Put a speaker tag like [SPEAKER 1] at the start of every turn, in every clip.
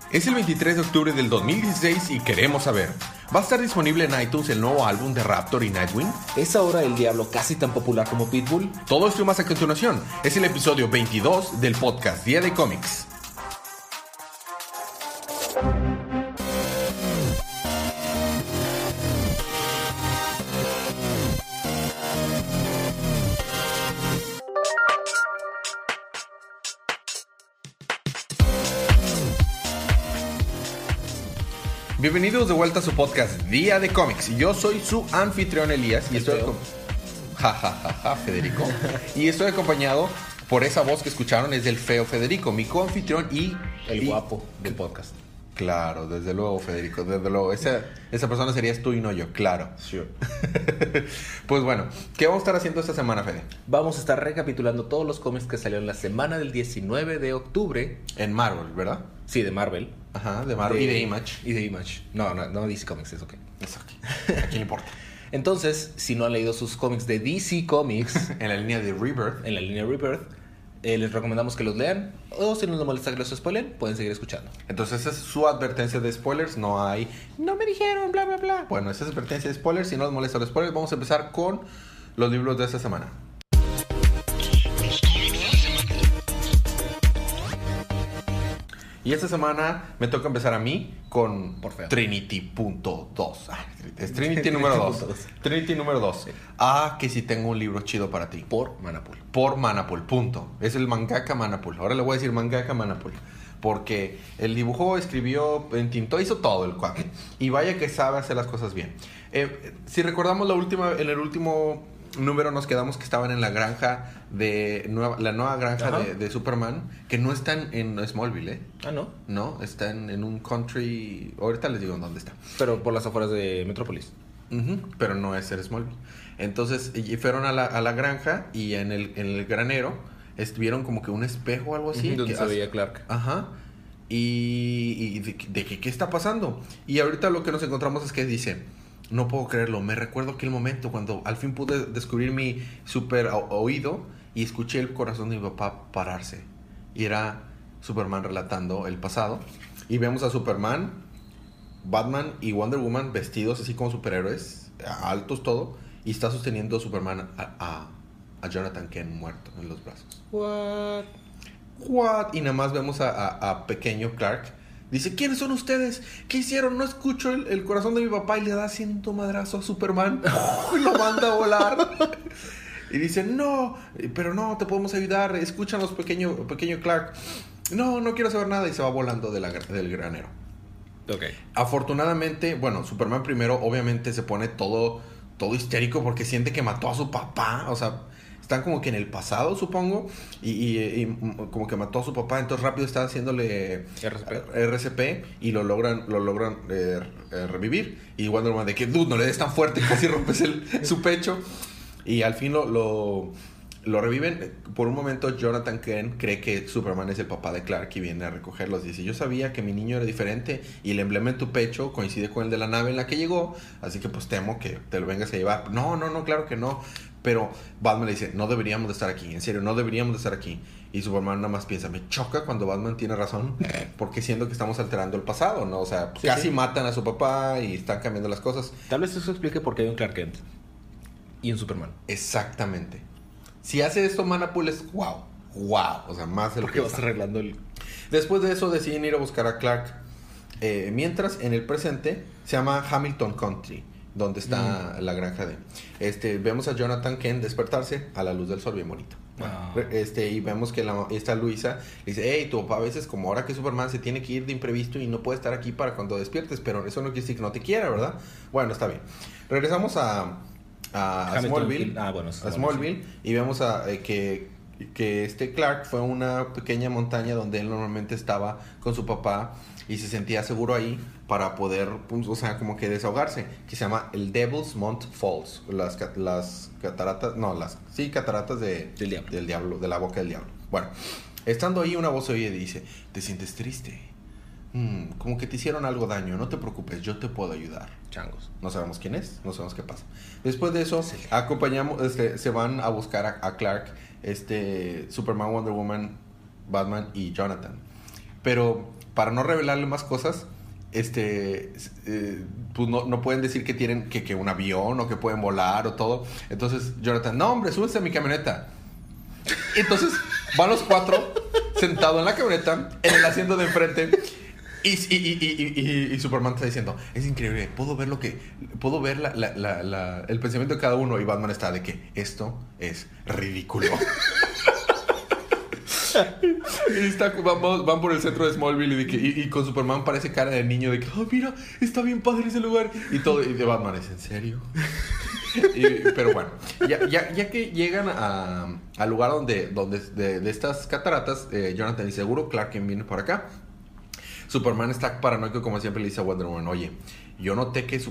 [SPEAKER 1] Es el 23 de octubre del 2016 y queremos saber, ¿va a estar disponible en iTunes el nuevo álbum de Raptor y Nightwing?
[SPEAKER 2] ¿Es ahora el Diablo casi tan popular como Pitbull?
[SPEAKER 1] Todo esto y más a continuación. Es el episodio 22 del podcast Día de Cómics. Bienvenidos de vuelta a su podcast Día de Cómics. Yo soy su anfitrión Elías y estoy Federico. Y estoy acompañado por esa voz que escucharon, es del feo Federico, mi coanfitrión y
[SPEAKER 2] el guapo del podcast.
[SPEAKER 1] Claro, desde luego, Federico, desde luego. Esa persona serías tú y no yo, claro.
[SPEAKER 2] Sure.
[SPEAKER 1] Pues bueno, ¿qué vamos a estar haciendo esta semana, Fede?
[SPEAKER 2] Vamos a estar recapitulando todos los cómics que salieron la semana del 19 de octubre.
[SPEAKER 1] En Marvel, ¿verdad?
[SPEAKER 2] Sí, de Marvel.
[SPEAKER 1] Ajá, de Marvel y de Image.
[SPEAKER 2] Y de Image. No DC Comics, es ok.
[SPEAKER 1] Es ok. ¿A quién le importa?
[SPEAKER 2] Entonces, si no han leído sus cómics de DC Comics
[SPEAKER 1] en la línea de Rebirth.
[SPEAKER 2] En la línea de Rebirth, les recomendamos que los lean. O si no les molesta que los spoilen, pueden seguir escuchando.
[SPEAKER 1] Entonces esa es su advertencia de spoilers. No hay, no me dijeron, bla, bla, bla. Bueno, esa es advertencia de spoilers. Si no les molesta los spoilers, vamos a empezar con los libros de esta semana. Y esta semana me toca empezar a mí con Trinity.2. Es Trinity número 2. Trinity número 2. Sí. Que si tengo un libro chido para ti.
[SPEAKER 2] Por Manapul.
[SPEAKER 1] Por Manapul, punto. Es el mangaka Manapul. Ahora le voy a decir mangaka Manapul. Porque él dibujó, escribió, entintó, hizo todo el cuate. Y vaya que sabe hacer las cosas bien. Si recordamos en el último número nos quedamos que estaban en la granja la nueva granja de Superman, que no están en Smallville, ¿eh?
[SPEAKER 2] ¿No?
[SPEAKER 1] No, están en un country. Ahorita les digo en dónde está.
[SPEAKER 2] Pero por las afueras de Metrópolis.
[SPEAKER 1] Pero no es el Smallville. Entonces, y fueron a la granja y en el granero vieron como que un espejo o algo así.
[SPEAKER 2] Donde se veía Clark.
[SPEAKER 1] Ajá. Y de qué está pasando. Y ahorita lo que nos encontramos es que dice: no puedo creerlo, me recuerdo aquel momento cuando al fin pude descubrir mi super oído y escuché el corazón de mi papá pararse. Y era Superman relatando el pasado. Y vemos a Superman, Batman y Wonder Woman vestidos así como superhéroes, altos todo. Y está sosteniendo Superman a Jonathan Kent muerto en los brazos. What? Y nada más vemos a pequeño Clark. Dice: ¿quiénes son ustedes? ¿Qué hicieron? No escucho el corazón de mi papá. Y le da 100 madrazo a Superman. Y lo manda a volar. Y dice: no, pero no, te podemos ayudar. Escúchanos, pequeño Clark. No quiero saber nada. Y se va volando del granero.
[SPEAKER 2] Okay.
[SPEAKER 1] Afortunadamente, bueno, Superman primero obviamente se pone todo histérico porque siente que mató a su papá. O sea, están como que en el pasado, supongo, y como que mató a su papá. Entonces rápido está haciéndole RCP y lo logran revivir. Y Wonder Woman de que, dude, no le des tan fuerte, casi rompes su pecho. Y al fin lo reviven. Por un momento Jonathan Kent cree que Superman es el papá de Clark y viene a recogerlos. Dice: yo sabía que mi niño era diferente y el emblema en tu pecho coincide con el de la nave en la que llegó, así que pues temo que te lo vengas a llevar. No, claro que no. Pero Batman le dice: no deberíamos de estar aquí, en serio, no deberíamos de estar aquí. Y Superman nada más piensa: me choca cuando Batman tiene razón, porque siento que estamos alterando el pasado, ¿no? O sea, casi matan a su papá y están cambiando las cosas.
[SPEAKER 2] Tal vez eso explique por qué hay un Clark Kent y un Superman.
[SPEAKER 1] Exactamente. Si hace esto Manapul es wow, o sea, más de lo
[SPEAKER 2] que vas arreglando el...
[SPEAKER 1] Después de eso deciden ir a buscar a Clark. Mientras en el presente se llama Hamilton Country, donde está la granja de... vemos a Jonathan Kent despertarse a la luz del sol, bien bonito.
[SPEAKER 2] Wow.
[SPEAKER 1] Y vemos que esta Luisa dice: hey, tu papá a veces, como ahora que Superman se tiene que ir de imprevisto y no puede estar aquí para cuando despiertes, pero eso no quiere decir que no te quiera, ¿verdad? Bueno, está bien. Regresamos a Smallville. A Smallville, y vemos que Clark fue a una pequeña montaña donde él normalmente estaba con su papá y se sentía seguro ahí para poder, o sea, como que desahogarse, que se llama el Devil's Mount Falls, las cataratas, cataratas del diablo, de la boca del diablo. Bueno, estando ahí, una voz se oye y dice: ¿te sientes triste? Como que te hicieron algo daño, no te preocupes, yo te puedo ayudar.
[SPEAKER 2] Changos.
[SPEAKER 1] No sabemos quién es, no sabemos qué pasa. Después de eso, se van a buscar a Clark, Superman, Wonder Woman, Batman y Jonathan. Pero para no revelarle más cosas, pues no pueden decir que tienen que un avión o que pueden volar o todo. Entonces Jonathan, no hombre, súbese a mi camioneta. Entonces van los 4 sentados en la camioneta, en el asiento de enfrente. Y Superman está diciendo, es increíble, puedo ver el pensamiento de cada uno. Y Batman está de que esto es ridículo. Y van por el centro de Smallville y con Superman parece cara de niño de que, oh, mira, está bien padre ese lugar. Y de Batman es, ¿en serio? Pero bueno, ya que llegan al lugar de estas cataratas, Jonathan dice, seguro Clark Kent viene por acá. Superman está paranoico, como siempre le dice a Wonder Woman, oye, yo noté que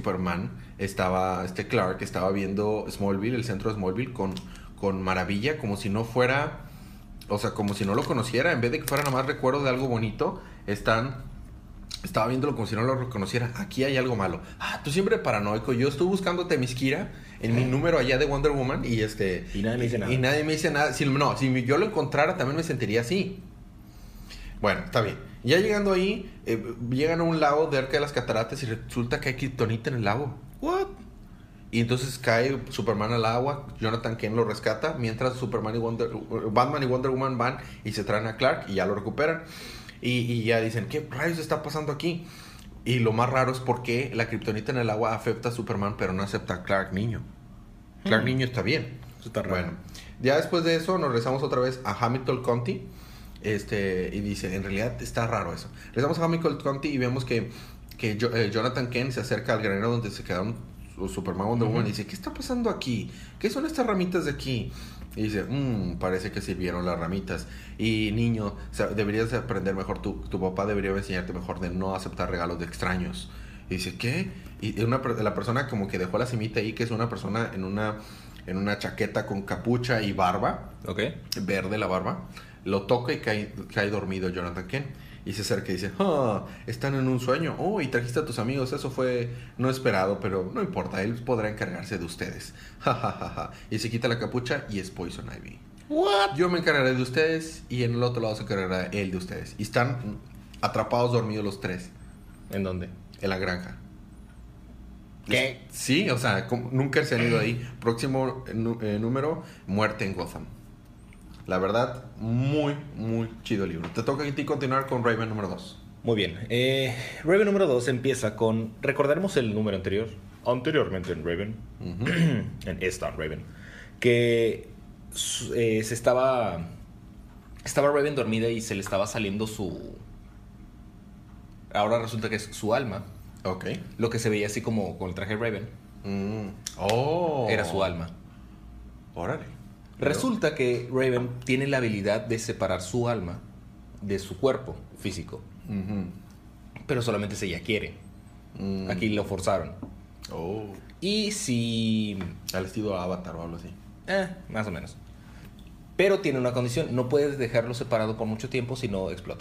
[SPEAKER 1] Clark estaba viendo Smallville, el centro de Smallville, con maravilla, como si no fuera, o sea, como si no lo conociera. En vez de que fuera nada más recuerdo de algo bonito, estaba viéndolo como si no lo reconociera. Aquí hay algo malo. Tú siempre paranoico. Yo estuve buscando Themyscira en mi número allá de Wonder Woman y
[SPEAKER 2] nadie me dice nada.
[SPEAKER 1] Y nadie me dice nada. Si yo lo encontrara también me sentiría así. Bueno, está bien. Ya llegando ahí, llegan a un lago cerca de las cataratas y resulta que hay kriptonita en el lago. ¿What? Y entonces cae Superman al agua, Jonathan Kent lo rescata, mientras Batman y Wonder Woman van y se traen a Clark y ya lo recuperan. Y ya dicen, ¿qué rayos está pasando aquí? Y lo más raro es por qué la kriptonita en el agua afecta a Superman, pero no acepta a Clark niño. Clark niño está bien.
[SPEAKER 2] Está raro.
[SPEAKER 1] Bueno, ya después de eso nos regresamos otra vez a Hamilton County. Y dice, en realidad está raro eso. Regresamos a Hamilton County y vemos que Jonathan Kent se acerca al granero donde se quedaron Superman y Wonder Woman y dice, ¿qué está pasando aquí? ¿Qué son estas ramitas de aquí? Y dice, parece que sirvieron las ramitas. Y niño, deberías aprender mejor. Tu papá debería enseñarte mejor de no aceptar regalos de extraños. Y dice, ¿qué? Y la persona como que dejó la semita ahí, que es una persona en una chaqueta con capucha y barba.
[SPEAKER 2] Ok.
[SPEAKER 1] Verde la barba. Lo toca y cae dormido Jonathan Kent. Y se acerca y dice, están en un sueño. Oh, y trajiste a tus amigos. Eso fue no esperado, pero no importa. Él podrá encargarse de ustedes. Y se quita la capucha y es Poison Ivy.
[SPEAKER 2] What?
[SPEAKER 1] Yo me encargaré de ustedes y en el otro lado se encargará él de ustedes. Y están atrapados dormidos los 3.
[SPEAKER 2] ¿En dónde?
[SPEAKER 1] En la granja.
[SPEAKER 2] ¿Qué?
[SPEAKER 1] Sí, o sea, nunca se han ido ahí. Próximo número, Muerte en Gotham. La verdad, muy, muy chido el libro. Te toca a ti continuar con Raven número 2.
[SPEAKER 2] Muy bien. Raven número 2 empieza con... Recordaremos el número anterior. Anteriormente en Raven. En esta Raven. Que estaba Raven dormida y se le estaba saliendo su... Ahora resulta que es su alma.
[SPEAKER 1] Ok.
[SPEAKER 2] Lo que se veía así como con el traje de Raven. Era su alma.
[SPEAKER 1] Órale.
[SPEAKER 2] Resulta que Raven tiene la habilidad de separar su alma de su cuerpo físico. Pero solamente si ella quiere. Aquí lo forzaron. Y si...
[SPEAKER 1] Al estilo Avatar o algo así.
[SPEAKER 2] Más o menos. Pero tiene una condición. No puedes dejarlo separado por mucho tiempo si no explota.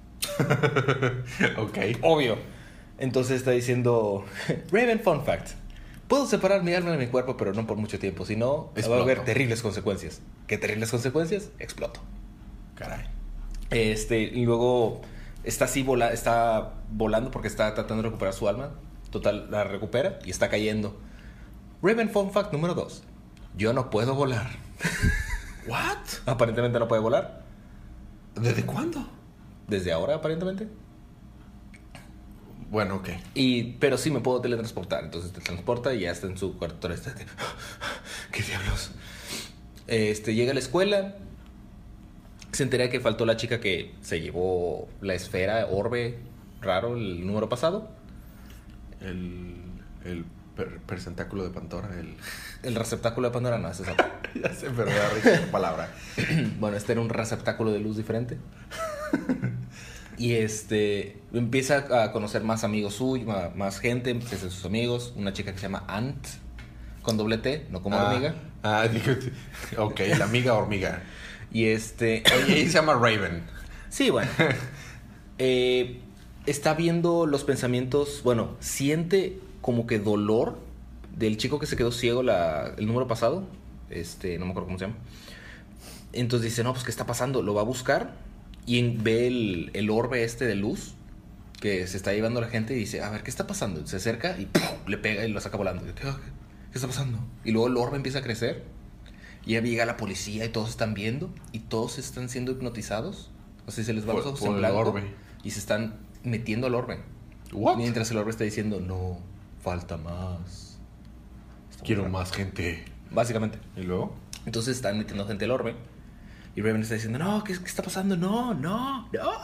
[SPEAKER 1] Ok.
[SPEAKER 2] Obvio. Entonces está diciendo... Raven, fun fact. Puedo separar mi alma de mi cuerpo, pero no por mucho tiempo. Si no, va a haber terribles consecuencias. ¿Qué terribles consecuencias? Exploto.
[SPEAKER 1] Caray.
[SPEAKER 2] Y luego está así está volando porque está tratando de recuperar su alma. Total, la recupera y está cayendo. Raven fun fact número 2. Yo no puedo volar.
[SPEAKER 1] ¿What?
[SPEAKER 2] Aparentemente no puede volar.
[SPEAKER 1] ¿Desde cuándo?
[SPEAKER 2] Desde ahora, aparentemente.
[SPEAKER 1] Bueno, ok.
[SPEAKER 2] Pero sí me puedo teletransportar. Entonces te transporta y ya está en su cuarto. ¿Qué diablos? Llega a la escuela. Se entera que faltó la chica que se llevó la esfera, orbe, raro, el número pasado.
[SPEAKER 1] El percentáculo de Pandora.
[SPEAKER 2] El receptáculo de Pandora, no, ese es otro.
[SPEAKER 1] Ya sé, pero me da risa esa palabra.
[SPEAKER 2] Bueno, era un receptáculo de luz diferente. Y empieza a conocer más amigos suyos, más gente, empieza a ser sus amigos. Una chica que se llama Ant, con doble T, no como hormiga.
[SPEAKER 1] Ok, la amiga hormiga.
[SPEAKER 2] Y
[SPEAKER 1] Oye, se llama Raven.
[SPEAKER 2] Sí, bueno. Está viendo los pensamientos, bueno, siente como que dolor del chico que se quedó ciego el número pasado. No me acuerdo cómo se llama. Entonces dice, no, pues ¿qué está pasando? Lo va a buscar. Y ve el orbe de luz que se está llevando a la gente y dice, a ver, ¿qué está pasando? Se acerca y ¡pum! Le pega y lo saca volando. ¿Qué está pasando? Y luego el orbe empieza a crecer. Y ya llega la policía y todos están viendo. Y todos están siendo hipnotizados. O sea, se les va los ojos en blanco. Y se están metiendo al orbe.
[SPEAKER 1] ¿What?
[SPEAKER 2] Mientras el orbe está diciendo, no, falta más.
[SPEAKER 1] Quiero más gente.
[SPEAKER 2] Básicamente.
[SPEAKER 1] ¿Y luego?
[SPEAKER 2] Entonces están metiendo gente al orbe. Y Raven está diciendo, no, ¿qué está pasando? No.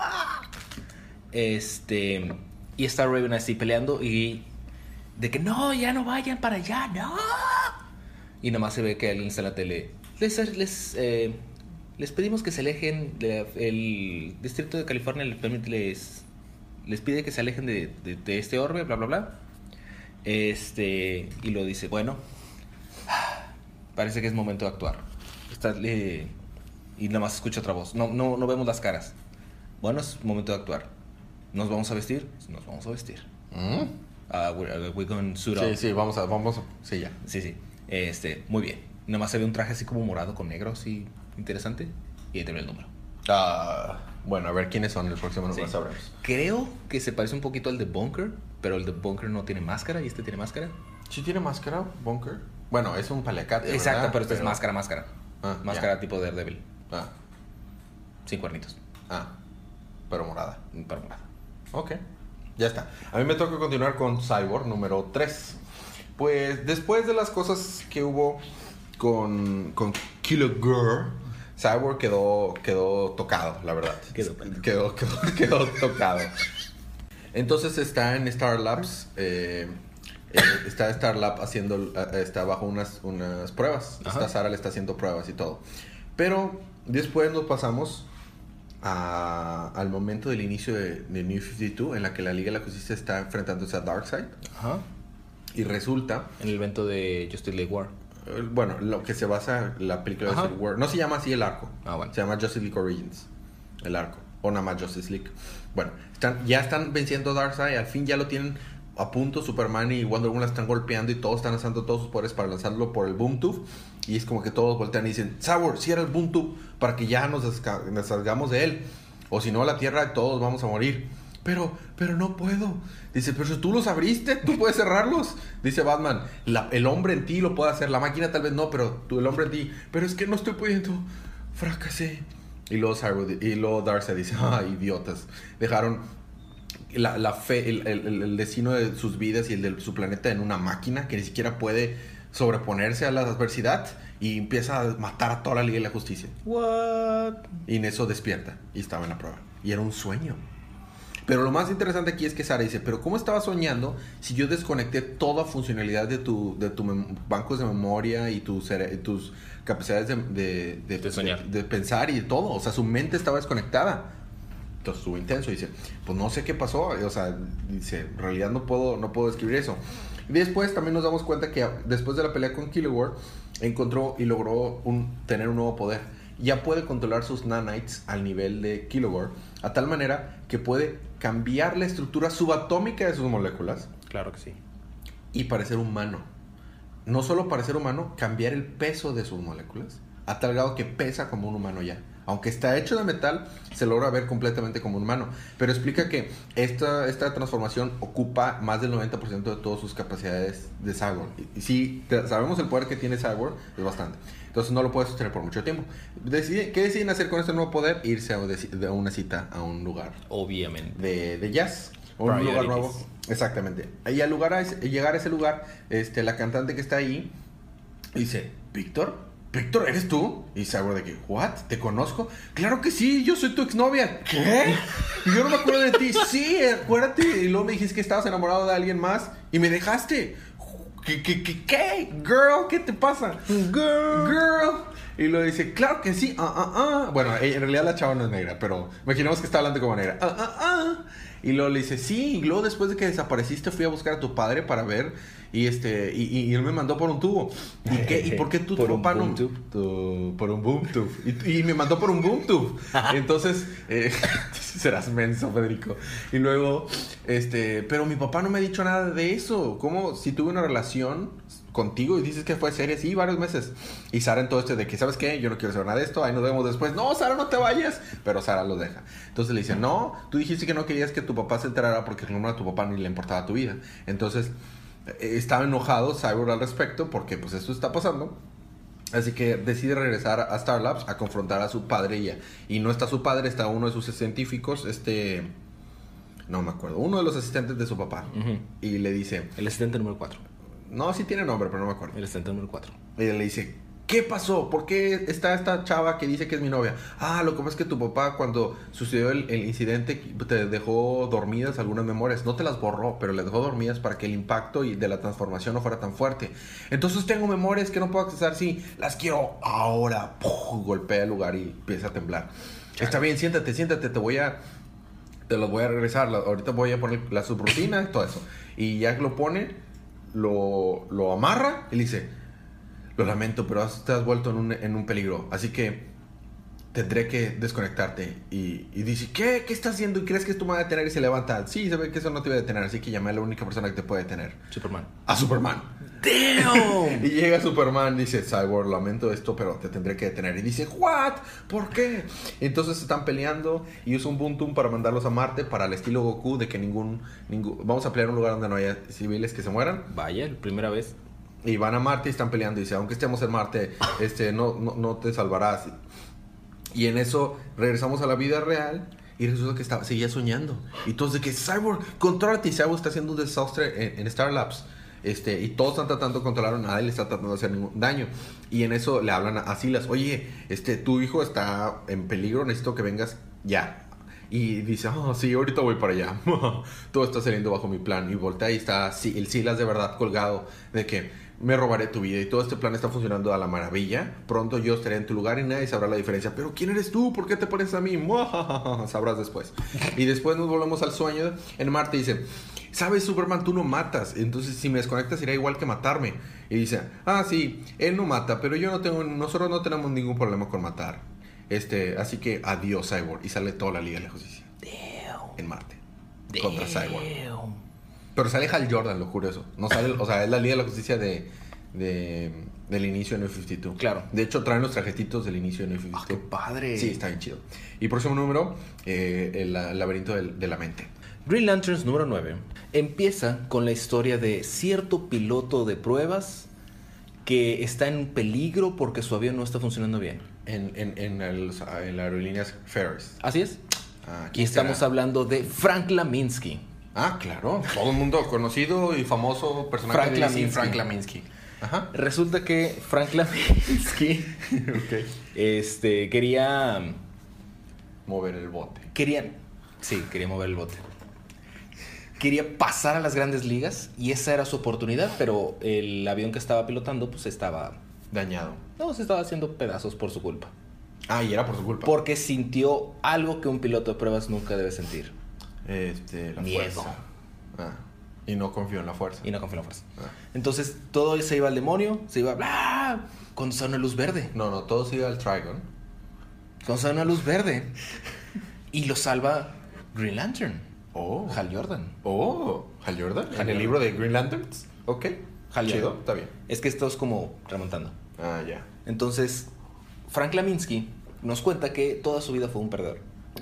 [SPEAKER 2] Y está Raven así peleando y de que no, ya no vayan para allá, no. Y nada más se ve que alguien está en la tele. Les pedimos que se alejen. El distrito de California les pide que se alejen de este orbe, bla, bla, bla. Y lo dice, bueno, parece que es momento de actuar. Y nada más escucha otra voz. No vemos las caras. Bueno, es momento de actuar. ¿Nos vamos a vestir? Nos vamos a vestir. We're going suit up.
[SPEAKER 1] Sí, vamos a. Sí, ya.
[SPEAKER 2] Sí. Muy bien. Nada más se ve un traje así como morado con negro, así interesante. Y ahí termina el número.
[SPEAKER 1] Bueno, a ver quiénes son el próximo número,
[SPEAKER 2] Sí.
[SPEAKER 1] sabremos.
[SPEAKER 2] Creo que se parece un poquito al de Bunker, pero el de Bunker no tiene máscara y este tiene máscara.
[SPEAKER 1] ¿Sí tiene máscara, Bunker? Bueno, es un paliacate,
[SPEAKER 2] Exacto,
[SPEAKER 1] ¿verdad?
[SPEAKER 2] pero este es máscara. Máscara
[SPEAKER 1] ya.
[SPEAKER 2] tipo Daredevil.
[SPEAKER 1] Ah,
[SPEAKER 2] Sin cuernitos.
[SPEAKER 1] pero morada.
[SPEAKER 2] Para morada.
[SPEAKER 1] Ok, ya está. A mí me toca continuar con Cyborg número 3. Pues después de las cosas que hubo con Kilogore, Cyborg quedó tocado, la verdad. Quedó tocado. Entonces está en Star Labs. Está Star Lab está bajo unas pruebas.
[SPEAKER 2] Ajá.
[SPEAKER 1] Esta Sara le está haciendo pruebas y todo. Pero después nos pasamos al momento del inicio de New 52, en la que la Liga de la Justicia está enfrentándose a Darkseid.
[SPEAKER 2] Ajá.
[SPEAKER 1] Y resulta,
[SPEAKER 2] En el evento de Justice League War.
[SPEAKER 1] bueno, lo que se basa la película de
[SPEAKER 2] Ajá.
[SPEAKER 1] Civil War. No se llama así el arco.
[SPEAKER 2] Bueno.
[SPEAKER 1] Se llama Justice League Origins. El arco. O nada más Justice League. Bueno, ya están venciendo a Darkseid. Al fin ya lo tienen a punto. Superman y Wonder Woman la están golpeando y todos están usando todos sus poderes para lanzarlo por el Boom Tube. Y es como que todos voltean y dicen, Cyborg, cierra el Boom Tube para que ya nos salgamos de él. O si no, la Tierra, todos vamos a morir. Pero no puedo. Dice, pero si tú los abriste, tú puedes cerrarlos. Dice Batman, el hombre en ti lo puede hacer. La máquina tal vez no, pero el hombre en ti. Pero es que no estoy pudiendo. Fracasé. Y luego Darkseid dice, idiotas. Dejaron la fe, el destino de sus vidas y el de su planeta en una máquina que ni siquiera puede sobreponerse a la adversidad. Y empieza a matar a toda la Liga de la Justicia.
[SPEAKER 2] What?
[SPEAKER 1] Y en eso despierta. Y estaba en la prueba. Y era un sueño. Pero lo más interesante aquí es que Sara dice, pero ¿cómo estaba soñando si yo desconecté toda funcionalidad de tu bancos de memoria y tus capacidades
[SPEAKER 2] De soñar.
[SPEAKER 1] de pensar y de todo? O sea, su mente estaba desconectada. Entonces estuvo intenso. Dice, pues no sé qué pasó. O sea, dice, en realidad no puedo describir eso. Y después también nos damos cuenta que después de la pelea con Kilowar, encontró y logró tener un nuevo poder. Ya puede controlar sus nanites al nivel de Kilowar, a tal manera que puede cambiar la estructura subatómica de sus moléculas.
[SPEAKER 2] Claro que sí.
[SPEAKER 1] Y parecer humano. No solo parecer humano, cambiar el peso de sus moléculas, a tal grado que pesa como un humano ya. Aunque está hecho de metal, se logra ver completamente como un humano. Pero explica que esta transformación ocupa más del 90% de todas sus capacidades de Cyborg. Y si sabemos el poder que tiene Cyborg, es bastante. Entonces no lo puede sostener por mucho tiempo. ¿Qué deciden hacer con este nuevo poder? Irse a una cita a un lugar.
[SPEAKER 2] Obviamente.
[SPEAKER 1] De jazz. O un lugar nuevo. Exactamente. Y al llegar a ese lugar, la cantante que está ahí dice, ¿Víctor, eres tú? Y Cyborg de que, ¿what? ¿Te conozco? Claro que sí, yo soy tu exnovia. ¿Qué? Yo no me acuerdo de ti. Sí, acuérdate. Y luego me dijiste que estabas enamorado de alguien más y me dejaste. ¿Qué? Girl, ¿qué te pasa? Girl. Y luego dice, claro que sí. Bueno, en realidad la chava no es negra, pero imaginemos que está hablando como negra. Y luego le dice, sí. Y luego después de que desapareciste fui a buscar a tu padre para ver. Y él me mandó por un tubo. ¿Y qué? ¿Y por qué tu papá no? Por un boom tube. Y me mandó por un boom tube. Entonces, serás menso, Federico. Y luego, pero mi papá no me ha dicho nada de eso. ¿Cómo? Si tuve una relación contigo y dices que fue seria, sí, varios meses. Y Sara en todo esto de que, ¿sabes qué? Yo no quiero saber nada de esto, ahí nos vemos después. No, Sara, no te vayas. Pero Sara lo deja. Entonces le dice, no, tú dijiste que no querías que tu papá se enterara porque no a tu papá ni le importaba tu vida. Entonces, estaba enojado Cyborg al respecto porque pues esto está pasando. Así que decide regresar a Star Labs a confrontar a su padre y no está su padre, está uno de sus científicos, no me acuerdo, uno de los asistentes de su papá.
[SPEAKER 2] Uh-huh.
[SPEAKER 1] Y le dice...
[SPEAKER 2] El asistente número 4.
[SPEAKER 1] No, sí tiene nombre, pero no me acuerdo.
[SPEAKER 2] El asistente número 4.
[SPEAKER 1] Y le dice, ¿qué pasó? ¿Por qué está esta chava que dice que es mi novia? Ah, lo que pasa es que tu papá cuando sucedió el incidente te dejó dormidas algunas memorias. No te las borró, pero las dejó dormidas para que el impacto de la transformación no fuera tan fuerte. Entonces tengo memorias que no puedo accesar. Sí, las quiero ahora. ¡Puf! Golpea el lugar y empieza a temblar. Chale. Está bien, siéntate, te los voy a regresar. Ahorita voy a poner la subrutina y todo eso. Y ya lo pone, lo amarra y le dice, lo lamento, pero te has vuelto en un peligro. Así que tendré que desconectarte. Y dice, ¿qué estás haciendo? ¿Y crees que esto me va a detener? Y se levanta. Sí, se ve que eso no te va a detener. Así que llamé a la única persona que te puede detener.
[SPEAKER 2] Superman.
[SPEAKER 1] A Superman.
[SPEAKER 2] ¡Damn!
[SPEAKER 1] Y llega Superman, dice, Cyborg, lamento esto, pero te tendré que detener. Y dice, ¿what? ¿Por qué? Entonces están peleando y usa un Buntum para mandarlos a Marte, para el estilo Goku, de que ningún vamos a pelear en un lugar donde no haya civiles que se mueran.
[SPEAKER 2] Vaya, primera vez.
[SPEAKER 1] Y van a Marte y están peleando. Y dice, aunque estemos en Marte, no te salvarás. Y en eso regresamos a la vida real. Y resulta que seguía soñando. Y todos de que, Cyborg, contrólate. Y Cyborg está haciendo un desastre en Star Labs. Y todos están tratando de controlarlo, nadie le está tratando de hacer ningún daño. Y en eso le hablan a Silas, oye, tu hijo está en peligro, necesito que vengas ya. Y dice, sí, ahorita voy para allá. Todo está saliendo bajo mi plan. Y voltea y está el Silas de verdad colgado de que me robaré tu vida y todo este plan está funcionando a la maravilla. Pronto yo estaré en tu lugar y nadie sabrá la diferencia. Pero ¿quién eres tú? ¿Por qué te pones a mí? Sabrás después. Y después nos volvemos al sueño. En Marte dice, ¿sabes, Superman? Tú no matas. Entonces si me desconectas irá igual que matarme. Y dice, sí, él no mata, pero nosotros no tenemos ningún problema con matar. Así que adiós, Cyborg. Y sale toda la Liga de la Justicia.
[SPEAKER 2] Damn.
[SPEAKER 1] En Marte. Damn. Contra Cyborg. Pero sale Hal Jordan, lo curioso. No sale, o sea, es la Liga de la Justicia del inicio de New 52.
[SPEAKER 2] Claro.
[SPEAKER 1] De hecho, traen los trajetitos del inicio de New 52.
[SPEAKER 2] ¡Qué padre!
[SPEAKER 1] Sí, está bien chido. Y próximo número, el laberinto de la mente.
[SPEAKER 2] Green Lanterns número 9 empieza con la historia de cierto piloto de pruebas que está en peligro porque su avión no está funcionando bien.
[SPEAKER 1] En la aerolíneas Ferris.
[SPEAKER 2] Así es. Y estamos hablando de Frank Laminsky.
[SPEAKER 1] Claro. Todo el mundo conocido y famoso personaje Frank Laminsky. Ajá.
[SPEAKER 2] Resulta que Frank Laminsky quería
[SPEAKER 1] mover el bote.
[SPEAKER 2] Quería mover el bote. Quería pasar a las grandes ligas y esa era su oportunidad, pero el avión que estaba pilotando pues estaba
[SPEAKER 1] dañado.
[SPEAKER 2] No, se estaba haciendo pedazos por su culpa.
[SPEAKER 1] Y era por su culpa.
[SPEAKER 2] Porque sintió algo que un piloto de pruebas nunca debe sentir.
[SPEAKER 1] La
[SPEAKER 2] miedo.
[SPEAKER 1] Fuerza. Y no confió en la fuerza.
[SPEAKER 2] Entonces todo se iba al demonio, se iba cuando sale una luz verde.
[SPEAKER 1] No, todo se iba al Trigon.
[SPEAKER 2] Cuando sale una luz verde. Y lo salva Green Lantern. Hal Jordan.
[SPEAKER 1] Hal Jordan. En el libro de Green Lanterns. Ok.
[SPEAKER 2] Hal
[SPEAKER 1] chido,
[SPEAKER 2] Jordan.
[SPEAKER 1] Está bien.
[SPEAKER 2] Es que esto es como remontando.
[SPEAKER 1] Ya.
[SPEAKER 2] Entonces, Frank Laminsky nos cuenta que toda su vida fue un perdedor.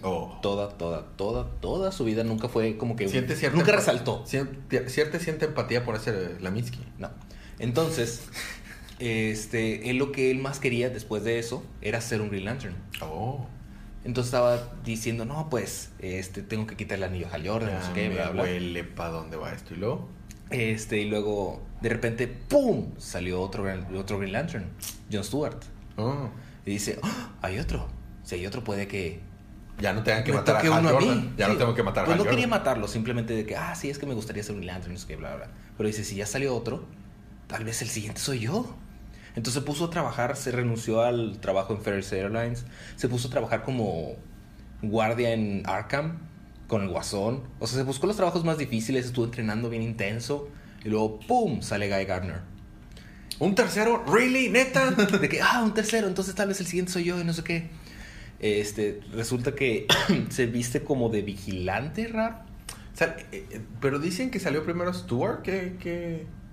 [SPEAKER 2] Toda su vida nunca fue como que... nunca resaltó.
[SPEAKER 1] Siente empatía por ese Laminsky.
[SPEAKER 2] No. Entonces, él lo que él más quería después de eso era ser un Green Lantern. Entonces estaba diciendo, no, pues, tengo que quitar el anillo a Hal Jordan, no sé qué, bla, bla.
[SPEAKER 1] Huele para dónde va esto. ¿Y luego?
[SPEAKER 2] Y luego, de repente, ¡pum! Salió otro Green Lantern, John Stewart. Y dice, hay otro. Si hay otro, puede que...
[SPEAKER 1] ya no tengan que matar a Hal Jordan. Ya no tengo que matar a Hal Jordan.
[SPEAKER 2] No quería matarlo, simplemente de que, sí, es que me gustaría ser un Green Lantern, no sé qué, bla, bla. Pero dice, si ya salió otro, tal vez el siguiente soy yo. Entonces se puso a trabajar, se renunció al trabajo en Ferris Airlines, se puso a trabajar como guardia en Arkham, con el Guasón. O sea, se buscó los trabajos más difíciles, estuvo entrenando bien intenso. Y luego, ¡pum!, sale Guy Gardner.
[SPEAKER 1] ¿Un tercero? ¿Really? ¿Neta?
[SPEAKER 2] De que, un tercero, entonces tal vez el siguiente soy yo y no sé qué. Resulta que se viste como de vigilante raro.
[SPEAKER 1] Pero dicen que salió primero Stewart que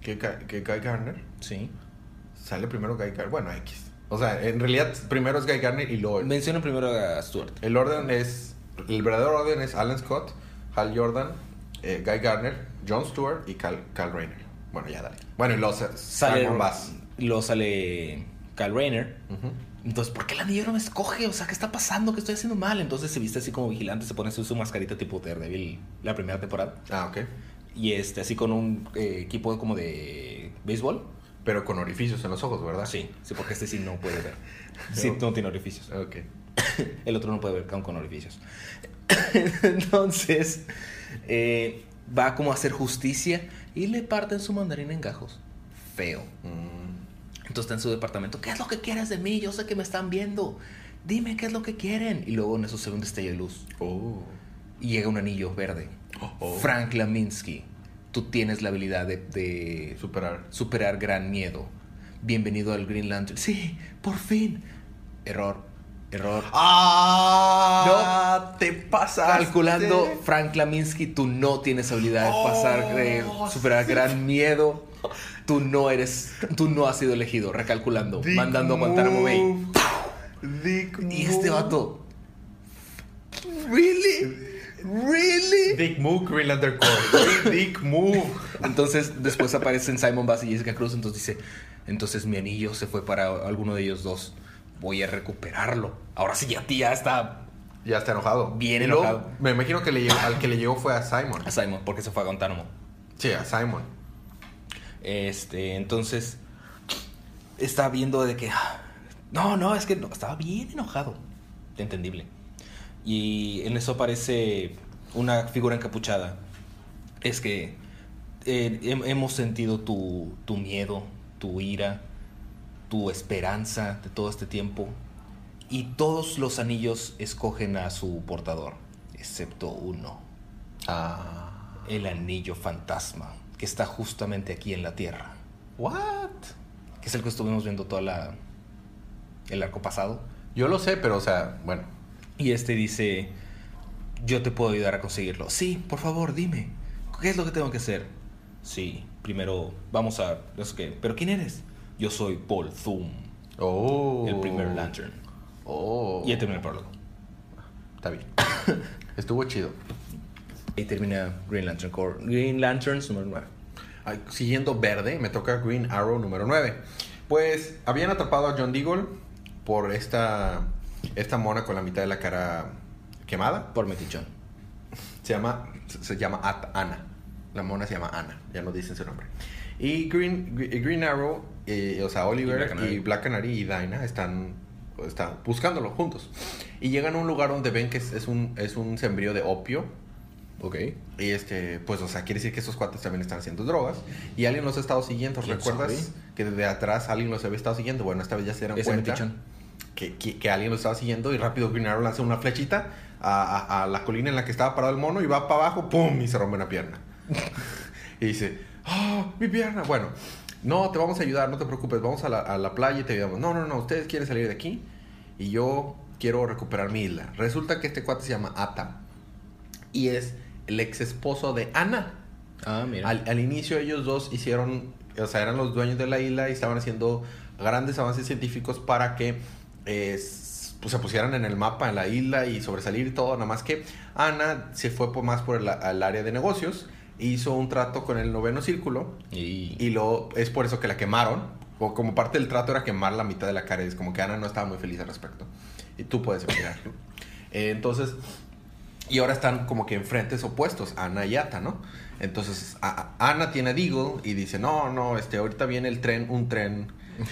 [SPEAKER 1] que Guy Gardner.
[SPEAKER 2] Sí.
[SPEAKER 1] Sale primero Guy Gardner. Bueno, X. O sea, en realidad primero es Guy Gardner y luego...
[SPEAKER 2] Menciona primero a Stewart.
[SPEAKER 1] El orden es... El verdadero orden es Alan Scott, Hal Jordan, Guy Gardner, Jon Stewart y Kyle Rayner. Bueno, ya dale. Bueno, y luego Simon Bass.
[SPEAKER 2] Luego sale Kyle Rayner. Entonces, ¿por qué el anillo no me escoge? O sea, ¿qué está pasando? ¿Qué estoy haciendo mal? Entonces se viste así como vigilante, se pone su mascarita tipo Daredevil la primera temporada.
[SPEAKER 1] Ah, ok.
[SPEAKER 2] Y así con un equipo como de béisbol.
[SPEAKER 1] Pero con orificios en los ojos, ¿verdad?
[SPEAKER 2] Sí, porque este sí no puede ver. Sí, no tiene orificios.
[SPEAKER 1] Ok.
[SPEAKER 2] El otro no puede ver con orificios. Entonces, va como a hacer justicia y le parten su mandarina en gajos. Feo. Entonces está en su departamento. ¿Qué es lo que quieres de mí? Yo sé que me están viendo. Dime qué es lo que quieren. Y luego en eso se ve un destello de luz. Y llega un anillo verde. Frank Laminsky, tú tienes la habilidad de superar gran miedo. Bienvenido al Green Lantern. Sí, por fin. Error.
[SPEAKER 1] ¡Ah!
[SPEAKER 2] No.
[SPEAKER 1] Te pasaste.
[SPEAKER 2] Calculando, Frank Laminsky, tú no tienes habilidad de superar gran miedo. Tú no has sido elegido. Recalculando, mandando a Guantánamo Bay. Y este vato, ¿really?
[SPEAKER 1] Dick Move, Green Lantern Corps. Dick Move.
[SPEAKER 2] Entonces después aparecen Simon Bass y Jessica Cruz. Entonces dice, entonces mi anillo se fue para alguno de ellos dos. Voy a recuperarlo. Ahora sí, ya está
[SPEAKER 1] enojado.
[SPEAKER 2] Bien enojado.
[SPEAKER 1] Me imagino que al que le llegó fue a Simon.
[SPEAKER 2] A Simon, porque se fue a Guantánamo.
[SPEAKER 1] Sí, a Simon.
[SPEAKER 2] Entonces está viendo de que no, es que no, estaba bien enojado. Entendible. Y en eso aparece una figura encapuchada. Es que hemos sentido tu miedo, tu ira, tu esperanza de todo este tiempo. Y todos los anillos escogen a su portador, excepto uno. El anillo fantasma, que está justamente aquí en la Tierra.
[SPEAKER 1] ¿What?
[SPEAKER 2] Que es el que estuvimos viendo el arco pasado.
[SPEAKER 1] Yo lo sé, pero o sea, bueno.
[SPEAKER 2] Y dice, yo te puedo ayudar a conseguirlo. Sí, por favor, dime, ¿qué es lo que tengo que hacer? Sí, primero vamos a... no sé qué. ¿Pero quién eres? Yo soy Paul Zoom. El primer Lantern. Y ya termina el prólogo.
[SPEAKER 1] Está bien. Estuvo chido.
[SPEAKER 2] Y termina Green Lantern Corps. Green Lanterns número 9.
[SPEAKER 1] Siguiendo verde, me toca Green Arrow número 9. Pues habían atrapado a John Deagle por esta mona con la mitad de la cara quemada.
[SPEAKER 2] Por metichón.
[SPEAKER 1] Se llama Ana. La mona se llama Ana. Ya no dicen su nombre. Y Green Arrow, o sea, Oliver y Black Canary y Dinah están buscándolo juntos. Y llegan a un lugar donde ven que es un sembrío de opio.
[SPEAKER 2] Ok.
[SPEAKER 1] Y pues, o sea, quiere decir que esos cuates también están haciendo drogas. Y alguien los ha estado siguiendo. ¿Recuerdas que desde atrás alguien los había estado siguiendo? Bueno, esta vez ya se dieron cuenta que alguien los estaba siguiendo. Y rápido Green Arrow lanza una flechita a la colina en la que estaba parado el mono. Y va para abajo, ¡pum! Y se rompe una pierna. Y dice, ¡oh, mi pierna! Bueno, no, te vamos a ayudar, no te preocupes. Vamos a la playa y te ayudamos. No, ustedes quieren salir de aquí y yo quiero recuperar mi isla. Resulta que este cuate se llama Atta y es el ex esposo de Ana.
[SPEAKER 2] Mira.
[SPEAKER 1] Al inicio ellos dos eran los dueños de la isla y estaban haciendo grandes avances científicos para que pues, se pusieran en el mapa en la isla y sobresalir y todo. Nada más que Ana se fue más por el área de negocios. Hizo un trato con el noveno círculo y es por eso que la quemaron. O como parte del trato era quemar la mitad de la cara. Es como que Ana no estaba muy feliz al respecto. Y tú puedes imaginarlo. Entonces, y ahora están como que en frentes opuestos, Ana y Atta, ¿no? Entonces, Ana tiene a Deagle y dice, no, ahorita viene un tren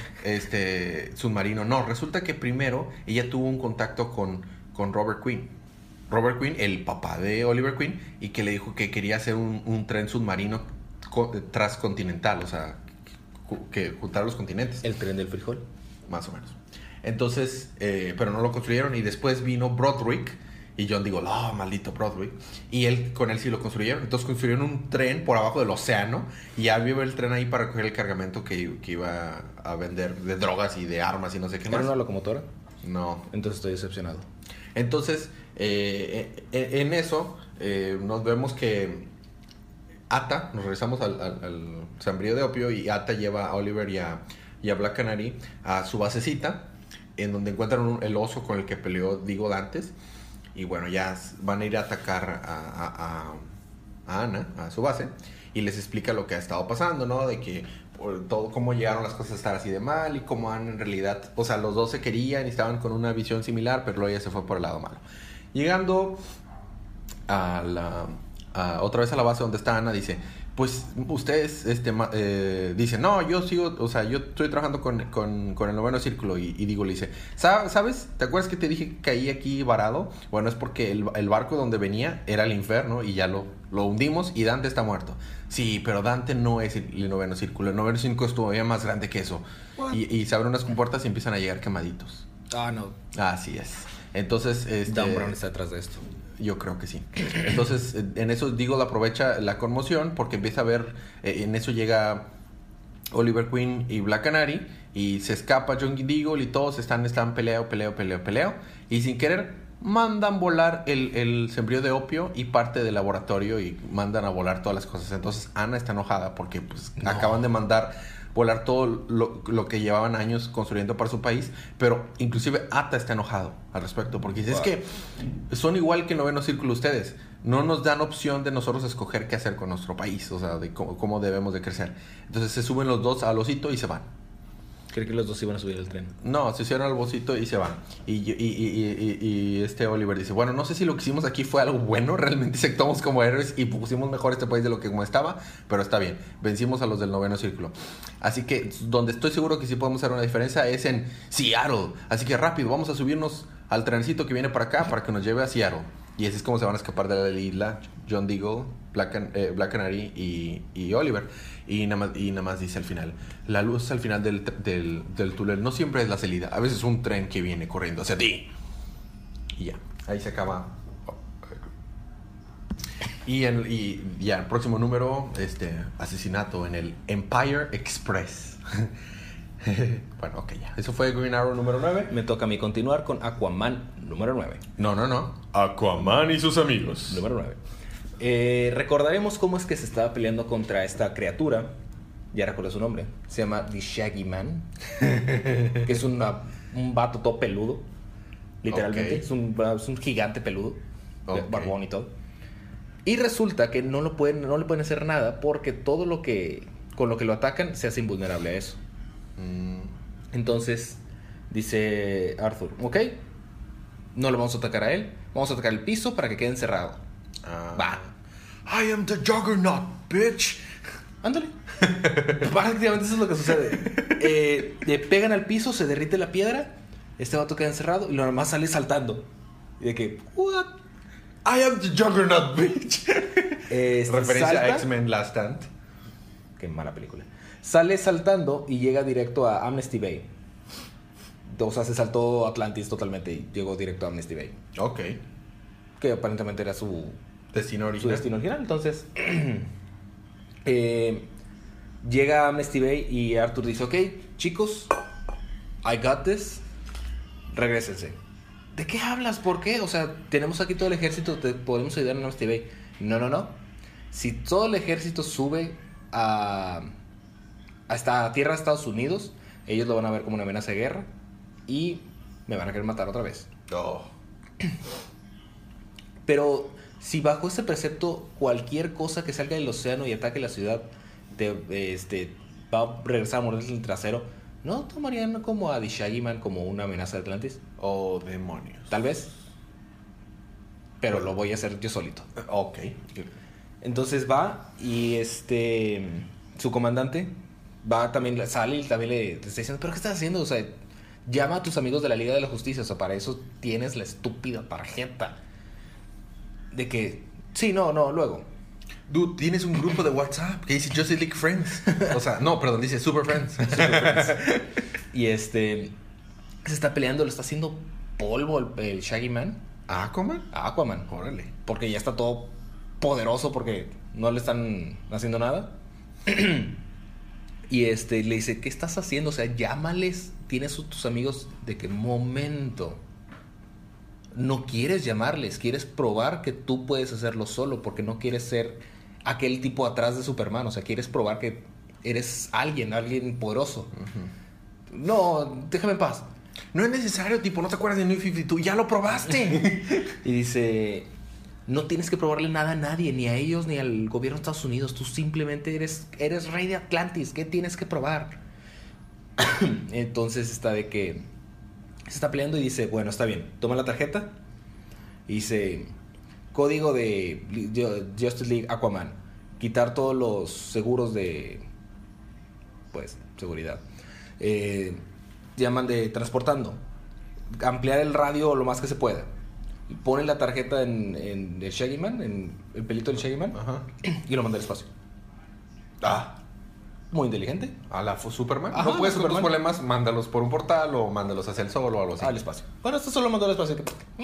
[SPEAKER 1] submarino. No, resulta que primero ella tuvo un contacto con Robert Quinn, el papá de Oliver Queen, y que le dijo que quería hacer un tren submarino transcontinental, o sea, que juntar los continentes.
[SPEAKER 2] El tren del frijol.
[SPEAKER 1] Más o menos. Entonces, pero no lo construyeron, y después vino Broderick, y John digo, maldito Broderick, y con él sí lo construyeron. Entonces construyeron un tren por abajo del océano, y ya vio el tren ahí para recoger el cargamento que iba a vender de drogas y de armas y no sé qué más.
[SPEAKER 2] ¿Era una locomotora?
[SPEAKER 1] No.
[SPEAKER 2] Entonces estoy decepcionado.
[SPEAKER 1] Entonces, en eso nos vemos que Ata, nos regresamos al sembrío de opio, y Ata lleva a Oliver y a Black Canary a su basecita, en donde encuentran el oso con el que peleó Digo antes. Y bueno, ya van a ir a atacar a Ana, a su base, y les explica lo que ha estado pasando, ¿no? De que por todo, cómo llegaron las cosas a estar así de mal, y cómo Ana en realidad, o sea, los dos se querían y estaban con una visión similar, pero luego ella se fue por el lado malo. Llegando otra vez a la base donde está Ana, dice, pues ustedes dicen, no, yo sigo, o sea, yo estoy trabajando con el noveno círculo, y Digo le dice, ¿sabes? ¿Te acuerdas que te dije que caí aquí varado? Bueno, es porque el barco donde venía era el infierno y ya lo hundimos y Dante está muerto. Sí, pero Dante no es el noveno círculo. El noveno círculo es todavía más grande que eso. Y se abren unas compuertas y empiezan a llegar quemaditos.
[SPEAKER 2] No.
[SPEAKER 1] Así es. Entonces,
[SPEAKER 2] Dan Brown está detrás de esto.
[SPEAKER 1] Yo creo que sí. Entonces, en eso Digo aprovecha la conmoción, porque empieza a ver, en eso llega Oliver Queen y Black Canary, y se escapa John Deagle, y todos están peleo, y sin querer mandan volar el sembrío de opio y parte del laboratorio, y mandan a volar todas las cosas. Entonces Ana está enojada porque pues acaban de mandar volar todo lo que llevaban años construyendo para su país, pero inclusive Ata está enojado al respecto, porque dice, es que son igual que el noveno círculo ustedes, no nos dan opción de nosotros escoger qué hacer con nuestro país, o sea, de cómo debemos de crecer. Entonces se suben los dos al osito y se van.
[SPEAKER 2] Creí que los dos iban a subir al tren.
[SPEAKER 1] No, se hicieron al bocito y se van. Y Oliver dice, bueno, no sé si lo que hicimos aquí fue algo bueno, realmente se actuamos como héroes y pusimos mejor este país de lo que como estaba, pero está bien, vencimos a los del noveno círculo. Así que donde estoy seguro que sí podemos hacer una diferencia es en Seattle. Así que rápido, vamos a subirnos al trencito que viene para acá para que nos lleve a Seattle. Y así es como se van a escapar de la isla John Deagle, Black Canary y Oliver. Y nada más dice al final, la luz al final del túnel no siempre es la salida, a veces es un tren que viene corriendo hacia ti. Y ya, ahí se acaba. Y ya, el próximo número, asesinato en el Empire Express. Bueno, ok, ya. Eso fue Green Arrow número 9.
[SPEAKER 2] Me toca a mí continuar con Aquaman número 9.
[SPEAKER 1] No. Aquaman y sus amigos.
[SPEAKER 2] Número 9. Recordaremos cómo es que se estaba peleando contra esta criatura. Ya recuerdo su nombre. Se llama The Shaggy Man. Que es un vato todo peludo. Literalmente. Okay. Es un gigante peludo. Okay. Barbón y todo. Y resulta que no le pueden hacer nada porque todo lo que con lo que lo atacan se hace invulnerable a eso. Entonces dice Arthur, ok, no lo vamos a atacar a él, vamos a atacar el piso para que quede encerrado. Va.
[SPEAKER 1] I am the Juggernaut, bitch.
[SPEAKER 2] Ándale. Prácticamente eso es lo que sucede. Le pegan al piso, se derrite la piedra, este vato queda encerrado y lo demás sale saltando. Y de que, what?
[SPEAKER 1] I am the Juggernaut, bitch. Referencia
[SPEAKER 2] salta,
[SPEAKER 1] a X-Men Last Stand.
[SPEAKER 2] Qué mala película. Sale saltando y llega directo a Amnesty Bay. O sea, se saltó Atlantis totalmente y llegó directo a Amnesty Bay.
[SPEAKER 1] Ok.
[SPEAKER 2] Que aparentemente era su
[SPEAKER 1] destino original.
[SPEAKER 2] Entonces, llega a Amnesty Bay y Arthur dice, ok, chicos, I got this. Regrésense. ¿De qué hablas? ¿Por qué? O sea, tenemos aquí todo el ejército, te podemos ayudar en Amnesty Bay. No. Si todo el ejército sube hasta tierra de Estados Unidos, ellos lo van a ver como una amenaza de guerra y me van a querer matar otra vez.
[SPEAKER 1] Oh.
[SPEAKER 2] Pero si bajo este precepto cualquier cosa que salga del océano y ataque la ciudad va a regresar a morderse el trasero, ¿no tomarían como a The Shaggy Man como una amenaza de Atlantis?
[SPEAKER 1] Oh, demonios.
[SPEAKER 2] Tal vez. Pero lo voy a hacer yo solito.
[SPEAKER 1] Ok.
[SPEAKER 2] Entonces va y su comandante va también, sale y también le está diciendo, ¿pero qué estás haciendo? O sea, llama a tus amigos de la Liga de la Justicia. O sea, para eso tienes la estúpida tarjeta. De que, sí, no, luego.
[SPEAKER 1] Dude, tienes un grupo de WhatsApp que dice Justice League Friends. O sea, no, perdón, dice Super Friends.
[SPEAKER 2] Y se está peleando, lo está haciendo polvo el Shaggy Man.
[SPEAKER 1] ¿Aquaman?
[SPEAKER 2] Órale. Porque ya está todo poderoso porque no le están haciendo nada. Y le dice, ¿qué estás haciendo? O sea, llámales. Tienes a tus amigos de que momento. No quieres llamarles, quieres probar que tú puedes hacerlo solo porque no quieres ser aquel tipo atrás de Superman. O sea, quieres probar que eres alguien poderoso. No, déjame en paz.
[SPEAKER 1] No es necesario, tipo, no te acuerdas de New 52, ya lo probaste.
[SPEAKER 2] Y dice, no tienes que probarle nada a nadie, ni a ellos, ni al gobierno de Estados Unidos. Tú simplemente eres rey de Atlantis. ¿Qué tienes que probar? Entonces está de que se está peleando y dice, bueno, está bien, toma la tarjeta. Y dice, código de Justice League Aquaman. Quitar todos los seguros de, pues, seguridad. Llaman de transportando. Ampliar el radio lo más que se pueda. Ponen la tarjeta en el Shaggy Man, en el pelito del Shaggy Man.
[SPEAKER 1] Ajá.
[SPEAKER 2] Y lo manda al espacio. Muy inteligente.
[SPEAKER 1] A la Superman.
[SPEAKER 2] Ajá,
[SPEAKER 1] no puedes con tus
[SPEAKER 2] Superman.
[SPEAKER 1] problemas, mándalos por un portal o mándalos hacia el sol o algo así.
[SPEAKER 2] Al espacio. Bueno, esto solo mandó al espacio.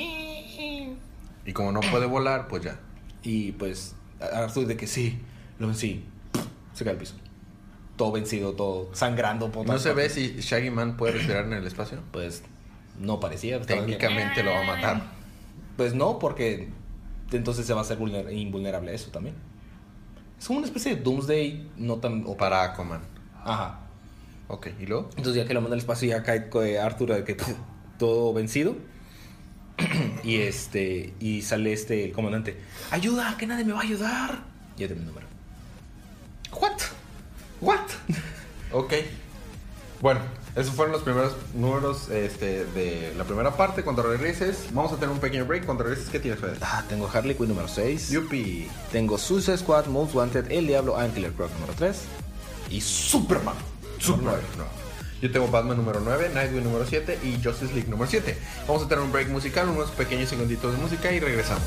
[SPEAKER 1] Y como no puede volar, pues ya.
[SPEAKER 2] Y pues Arthur de que sí, lo vencí. Se cae al piso. Todo vencido, todo sangrando. Por
[SPEAKER 1] ¿No
[SPEAKER 2] todas
[SPEAKER 1] se ve
[SPEAKER 2] partes.
[SPEAKER 1] si Shaggy Man puede respirar en el espacio?
[SPEAKER 2] Pues no parecía.
[SPEAKER 1] Técnicamente lo va a matar.
[SPEAKER 2] Pues no, porque entonces se va a hacer invulnerable a eso también. Es como una especie de Doomsday, no tan...
[SPEAKER 1] O para Aquaman.
[SPEAKER 2] Ajá.
[SPEAKER 1] Ok, ¿y luego?
[SPEAKER 2] Entonces ya que lo manda al espacio ya cae Arthur de que todo vencido. Y sale el comandante. ¡Ayuda! ¡Que nadie me va a ayudar! Ya tengo el número.
[SPEAKER 1] ¿What? Ok. Bueno, esos fueron los primeros números de la primera parte. Cuando regreses, vamos a tener un pequeño break. Cuando regreses, ¿qué tienes, Fede?
[SPEAKER 2] Tengo Harley Quinn número 6.
[SPEAKER 1] Yupi.
[SPEAKER 2] Tengo Suicide Squad, Most Wanted, El Diablo, and Killer Croc número 3. Y Superman.
[SPEAKER 1] Número 9. Yo tengo Batman número 9, Nightwing número 7 y Justice League número 7. Vamos a tener un break musical, unos pequeños segunditos de música y regresamos.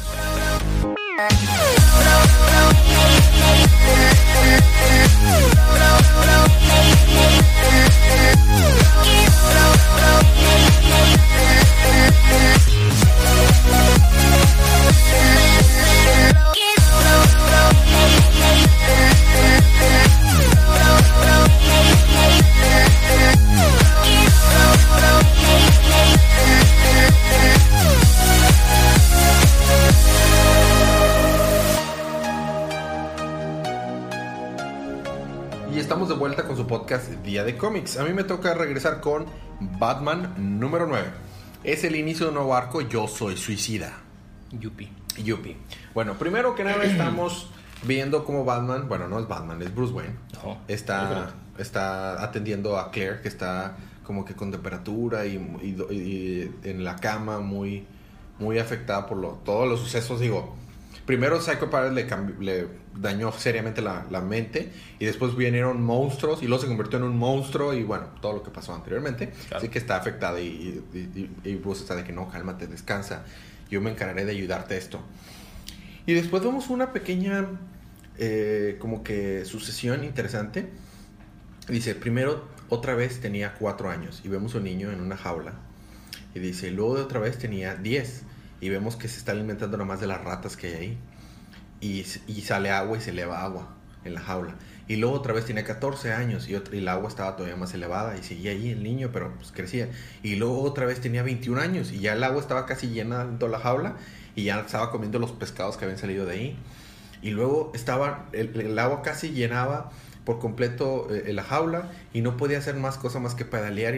[SPEAKER 1] Estamos de vuelta con su podcast Día de Cómics. A mí me toca regresar con Batman número 9. Es el inicio de un nuevo arco, Yo Soy Suicida.
[SPEAKER 2] Yupi.
[SPEAKER 1] Bueno, primero que nada estamos viendo cómo Batman, bueno, no es Batman, es Bruce Wayne.
[SPEAKER 2] No,
[SPEAKER 1] está atendiendo a Claire, que está como que con temperatura y en la cama muy, muy afectada por todos los sucesos. Digo, primero Psycho Pirate le dañó seriamente la mente y después vinieron monstruos y luego se convirtió en un monstruo y bueno, todo lo que pasó anteriormente.
[SPEAKER 2] Claro.
[SPEAKER 1] Así que está afectada y Bruce está de que no, cálmate, descansa. Yo me encargaré de ayudarte a esto. Y después vemos una pequeña como que sucesión interesante. Dice, primero otra vez tenía 4 años y vemos un niño en una jaula. Y dice, luego de otra vez tenía 10 y vemos que se está alimentando nomás de las ratas que hay ahí. Y sale agua y se eleva agua en la jaula. Y luego otra vez tenía 14 años y el agua estaba todavía más elevada y seguía ahí el niño, pero pues crecía. Y luego otra vez tenía 21 años y ya el agua estaba casi llenando la jaula y ya estaba comiendo los pescados que habían salido de ahí. Y luego estaba el agua casi llenaba por completo la jaula y no podía hacer más cosa más que pedalear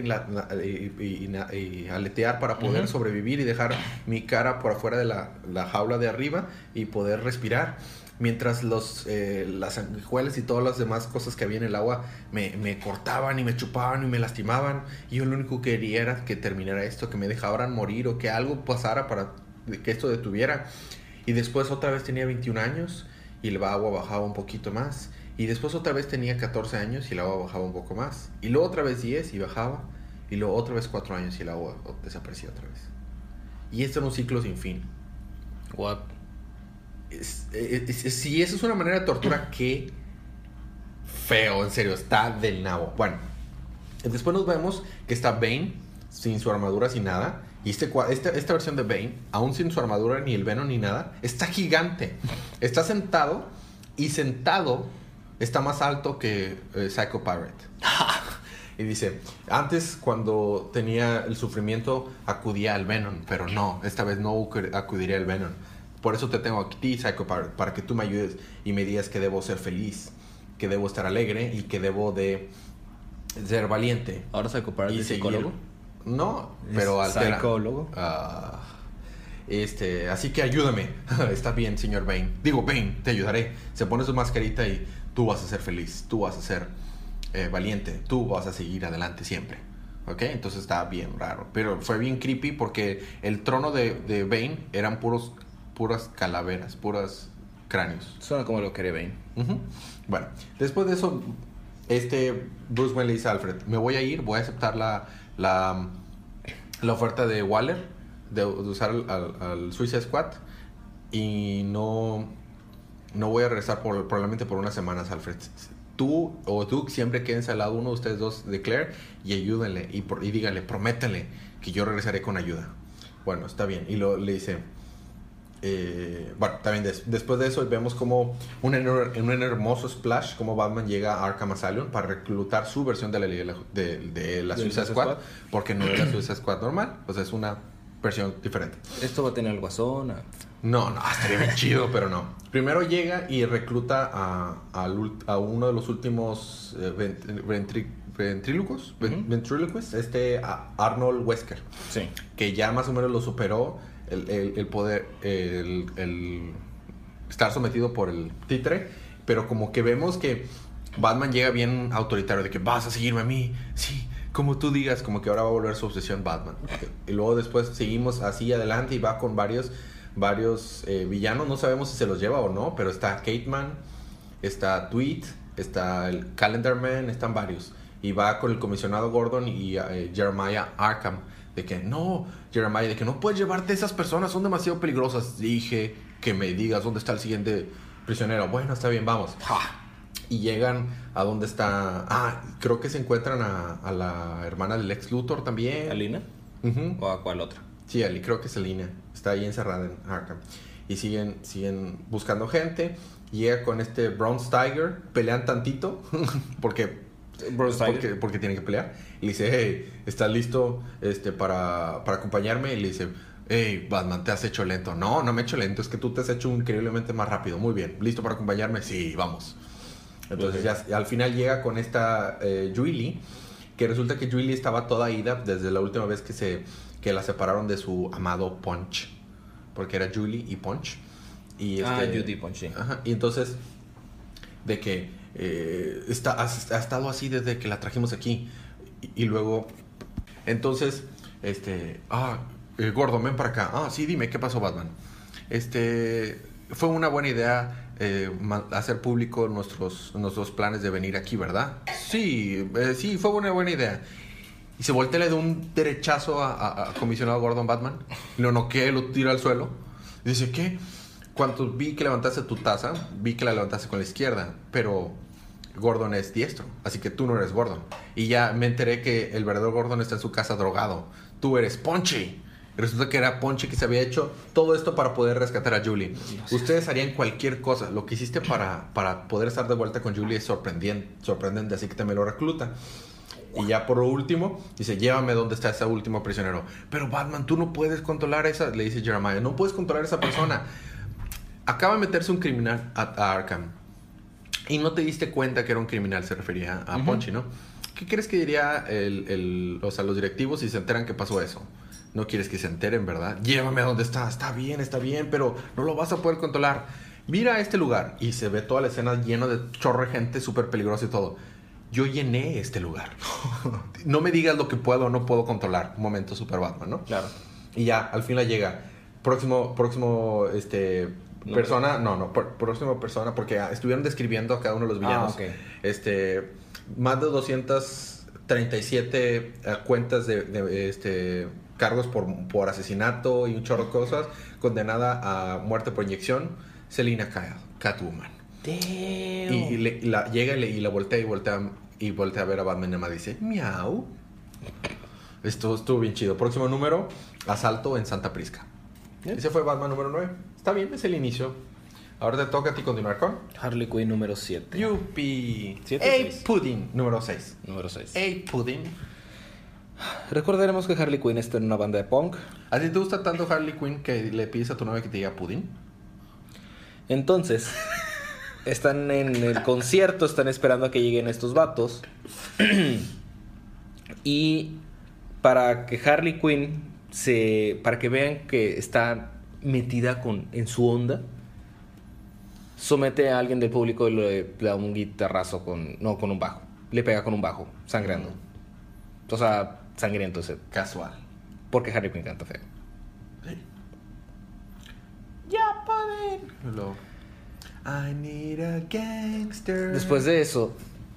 [SPEAKER 1] y aletear para poder sobrevivir y dejar mi cara por afuera de la jaula de arriba y poder respirar. Mientras las sanguijuelas y todas las demás cosas que había en el agua me cortaban y me chupaban y me lastimaban. Y yo lo único que quería era que terminara esto, que me dejaran morir o que algo pasara para que esto detuviera. Y después otra vez tenía 21 años y el agua bajaba un poquito más. Y después otra vez tenía 14 años y el agua bajaba un poco más. Y luego otra vez 10 y bajaba. Y luego otra vez 4 años y el agua desaparecía otra vez. Y esto era un ciclo sin fin.
[SPEAKER 2] What?
[SPEAKER 1] Si eso es una manera de tortura, qué feo, en serio, está del nabo. Bueno, después nos vemos que está Bane sin su armadura, sin nada. Y esta versión de Bane, aún sin su armadura, ni el Venom, ni nada, está gigante. Está sentado y sentado está más alto que Psycho Pirate. Y dice, antes cuando tenía el sufrimiento acudía al Venom, pero no, esta vez no acudiría al Venom. Por eso te tengo aquí, Psycho, para que tú me ayudes y me digas que debo ser feliz, que debo estar alegre y que debo de ser valiente.
[SPEAKER 2] ¿Ahora Psycho Pirate es
[SPEAKER 1] seguir.
[SPEAKER 2] psicólogo?
[SPEAKER 1] No, pero altera.
[SPEAKER 2] ¿Psicólogo?
[SPEAKER 1] Así que ayúdame. Está bien, señor Bane. Digo, Bane, te ayudaré. Se pone su mascarita y tú vas a ser feliz, tú vas a ser valiente, tú vas a seguir adelante siempre. ¿Ok? Entonces está bien raro. Pero fue bien creepy porque el trono de Bane eran puras calaveras, puras cráneos.
[SPEAKER 2] Suena como lo que quería Bane.
[SPEAKER 1] Uh-huh. Bueno, después de eso, Bruce Wayne le dice a Alfred, me voy a ir, voy a aceptar la oferta de Waller de usar al Suicide Squad y no voy a regresar probablemente por unas semanas, Alfred. Tú o Duke siempre quédense al lado uno de ustedes dos de Claire y ayúdenle y díganle, prométanle que yo regresaré con ayuda. Bueno, está bien. Y le dice, bueno, también después de eso vemos como en un hermoso splash como Batman llega a Arkham Asylum para reclutar su versión de la Suicide Squad, porque no es la Suicide Squad normal, o sea, es una versión diferente.
[SPEAKER 2] ¿Esto va a tener el Guasón?
[SPEAKER 1] No, estaría bien chido, pero no. Primero llega y recluta a uno de los últimos ventrílocos, Arnold Wesker.
[SPEAKER 2] Sí.
[SPEAKER 1] Que ya más o menos lo superó el poder, el estar sometido por el títere, pero como que vemos que Batman llega bien autoritario, de que vas a seguirme a mí, sí, como tú digas, como que ahora va a volver su obsesión Batman. Y luego después seguimos así adelante y va con varios villanos, no sabemos si se los lleva o no, pero está Cateman, está Tweet, está el Calendar Man, están varios. Y va con el comisionado Gordon y Jeremiah Arkham, de que no, Jeremiah, de que no puedes llevarte a esas personas, son demasiado peligrosas. Dije que me digas dónde está el siguiente prisionero. Bueno, está bien, vamos. Y llegan a donde está... creo que se encuentran a la hermana del Lex Luthor también.
[SPEAKER 2] ¿Alina?
[SPEAKER 1] Uh-huh.
[SPEAKER 2] ¿O a cuál otra?
[SPEAKER 1] Sí, creo que es Alina. Está ahí encerrada en Arkham. Y siguen buscando gente. Llega con Bronze Tiger. Pelean tantito. porque tienen que pelear. Y le dice, hey, ¿estás listo para acompañarme? Y le dice, hey, Batman, te has hecho lento. No me he hecho lento. Es que tú te has hecho increíblemente más rápido. Muy bien. ¿Listo para acompañarme? Sí, vamos. Entonces ya al final llega con esta Julie, que resulta que Julie estaba toda ida desde la última vez que la separaron de su amado Punch, porque era Julie y Punch. Y
[SPEAKER 2] Judy Punch, sí.
[SPEAKER 1] Ajá, y entonces de que ha estado así desde que la trajimos aquí. Y luego entonces Gordo, ven para acá. Sí, dime, ¿qué pasó, Batman? Fue una buena idea hacer público nuestros planes de venir aquí, ¿verdad? Sí, fue una buena idea. Y se voltea, le da un derechazo a comisionado Gordon Batman. Lo noquea y lo tira al suelo. Y dice, ¿qué? Cuando vi que levantaste tu taza, vi que la levantaste con la izquierda. Pero Gordon es diestro, así que tú no eres Gordon. Y ya me enteré que el verdadero Gordon está en su casa drogado. Tú eres Ponche. Y resulta que era Ponche que se había hecho todo esto para poder rescatar a Julie. Ustedes harían cualquier cosa. Lo que hiciste para poder estar de vuelta con Julie es sorprendente, así que te me lo recluta. Y ya por lo último, dice, llévame donde está ese último prisionero. Pero Batman, tú no puedes controlar esa, le dice Jeremiah, no puedes controlar a esa persona. Acaba de meterse un criminal a Arkham. Y no te diste cuenta que era un criminal, se refería a Ponche, ¿no? ¿Qué crees que diría los directivos si se enteran que pasó eso? No quieres que se enteren, ¿verdad? Llévame a donde está. Está bien, pero no lo vas a poder controlar. Mira este lugar. Y se ve toda la escena lleno de chorro de gente súper peligrosa y todo. Yo llené este lugar. No me digas lo que puedo o no puedo controlar. Un momento, Super Batman, ¿no?
[SPEAKER 2] Claro.
[SPEAKER 1] Y ya, al fin la llega. Próximo persona. Próxima persona, porque estuvieron describiendo a cada uno de los villanos.
[SPEAKER 2] Okay.
[SPEAKER 1] Más de 237 cuentas de cargos por asesinato y un chorro de cosas, condenada a muerte por inyección, Selina Kyle, Catwoman.
[SPEAKER 2] Damn.
[SPEAKER 1] Y llega y la voltea a ver a Batman y nada más dice, miau. Esto estuvo bien chido. Próximo número, asalto en Santa Prisca. Ese fue Batman número 9. Está bien, es el inicio. Ahora te toca a ti continuar con
[SPEAKER 2] Harley Quinn número 7.
[SPEAKER 1] Yupi.
[SPEAKER 2] 7
[SPEAKER 1] Pudding número 6.
[SPEAKER 2] Número 6.
[SPEAKER 1] Pudding.
[SPEAKER 2] Recordaremos que Harley Quinn está en una banda de punk.
[SPEAKER 1] ¿A ti te gusta tanto Harley Quinn que le pides a tu novia que te diga Pudding?
[SPEAKER 2] Entonces, están en el concierto, están esperando a que lleguen estos vatos. Y para que Harley Quinn para que vean que está metida en su onda, somete a alguien del público y le da un guitarrazo con un bajo. Le pega con un bajo, sangrando. O sea, sangriento ese.
[SPEAKER 1] Casual.
[SPEAKER 2] Porque Harley Quinn canta feo.
[SPEAKER 1] Sí. Ya pueden. I need a gangster.
[SPEAKER 2] Después de eso,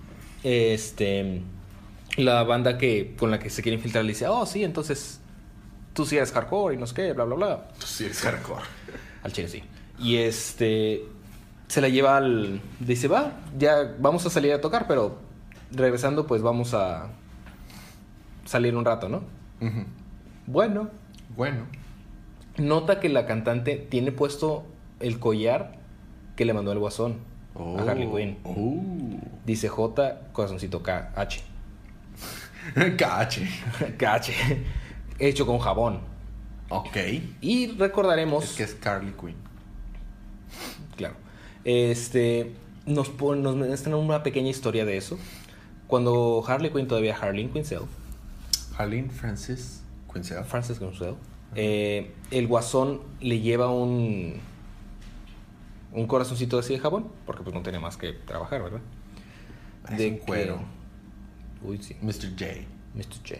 [SPEAKER 2] la banda con la que se quiere infiltrar le dice, oh, sí, entonces tú sí eres hardcore y no sé qué, bla, bla, bla.
[SPEAKER 1] Tú sí eres hardcore.
[SPEAKER 2] Al chile sí. Y se la lleva dice, va, ya vamos a salir a tocar, pero regresando pues vamos a salir un rato, ¿no?
[SPEAKER 1] Uh-huh.
[SPEAKER 2] Bueno. Nota que la cantante tiene puesto el collar que le mandó el Guasón a Harley Quinn. Dice J, corazoncito K, H. KH. Hecho con jabón.
[SPEAKER 1] Ok.
[SPEAKER 2] Y recordaremos...
[SPEAKER 1] Es que es Harley Quinn.
[SPEAKER 2] Claro. Nos muestran una pequeña historia de eso. Cuando Harley Quinn todavía Harleen Quinzel.
[SPEAKER 1] Harleen Frances Quinzel.
[SPEAKER 2] El Guasón le lleva un corazoncito así de jabón, porque pues no tenía más que trabajar, ¿verdad?
[SPEAKER 1] Es un cuero.
[SPEAKER 2] Uy, sí.
[SPEAKER 1] Mr. J.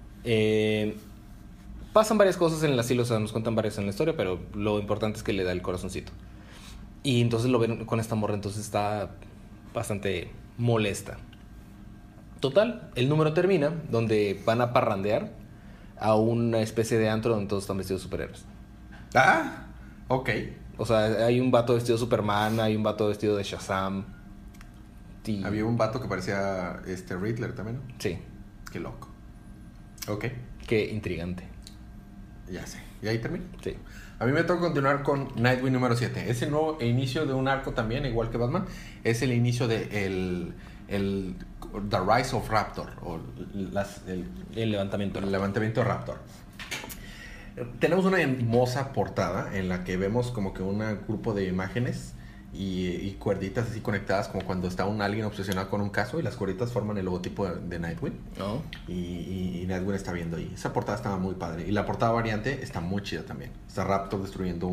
[SPEAKER 2] Pasan varias cosas en el asilo, o sea, nos cuentan varias en la historia, pero lo importante es que le da el corazoncito. Y entonces lo ven con esta morra, entonces está bastante molesta. Total, el número termina donde van a parrandear a una especie de antro donde todos están vestidos de superhéroes.
[SPEAKER 1] Ah, ok.
[SPEAKER 2] O sea, hay un vato vestido de Superman, hay un vato vestido de Shazam.
[SPEAKER 1] Había un vato que parecía Riddler también, ¿no?
[SPEAKER 2] Sí.
[SPEAKER 1] Qué loco. Ok.
[SPEAKER 2] Qué intrigante.
[SPEAKER 1] Ya sé. ¿Y ahí termina?
[SPEAKER 2] Sí.
[SPEAKER 1] A mí me toca continuar con Nightwing número 7. Es el nuevo inicio de un arco también, igual que Batman. Es el inicio de The Rise of Raptor. O
[SPEAKER 2] el levantamiento.
[SPEAKER 1] El levantamiento de Raptor. Tenemos una hermosa portada en la que vemos como que un grupo de imágenes y cuerditas así conectadas, como cuando está alguien obsesionado con un caso y las cuerditas forman el logotipo de Nightwing.
[SPEAKER 2] Oh.
[SPEAKER 1] Y Nightwing está viendo ahí. Esa portada estaba muy padre. Y la portada variante está muy chida también. Está Raptor destruyendo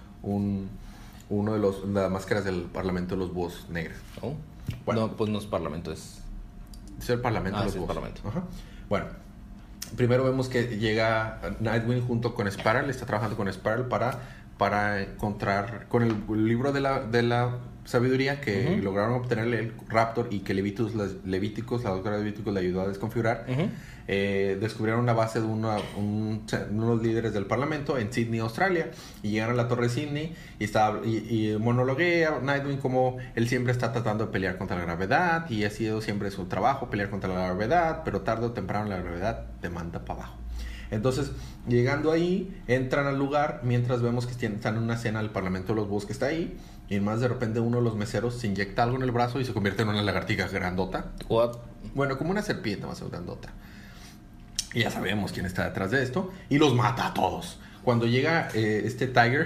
[SPEAKER 1] uno de las máscaras del Parlamento de los Búhos Negros.
[SPEAKER 2] Oh.
[SPEAKER 1] Bueno.
[SPEAKER 2] No, pues no es Parlamento, es
[SPEAKER 1] el Parlamento de los
[SPEAKER 2] sí,
[SPEAKER 1] Búhos.
[SPEAKER 2] Parlamento.
[SPEAKER 1] Ajá. Bueno, primero vemos que llega Nightwing junto con Sparrow. Está trabajando con Sparrow para encontrar con el libro de la sabiduría que lograron obtener el Raptor y que la doctora Levíticos le ayudó a desconfigurar. Descubrieron una base de unos líderes del parlamento en Sydney, Australia, y llegaron a la torre de Sydney y monologuea Nightwing como él siempre está tratando de pelear contra la gravedad y ha sido siempre su trabajo pelear contra la gravedad, pero tarde o temprano la gravedad te manda para abajo. Entonces, llegando ahí, entran al lugar mientras vemos que están en una cena del Parlamento de los Búhos que está ahí. Y más de repente uno de los meseros se inyecta algo en el brazo y se convierte en una lagartija grandota.
[SPEAKER 2] What?
[SPEAKER 1] Bueno, como una serpiente más grandota. Y ya sabemos quién está detrás de esto. Y los mata a todos. Cuando llega Tiger,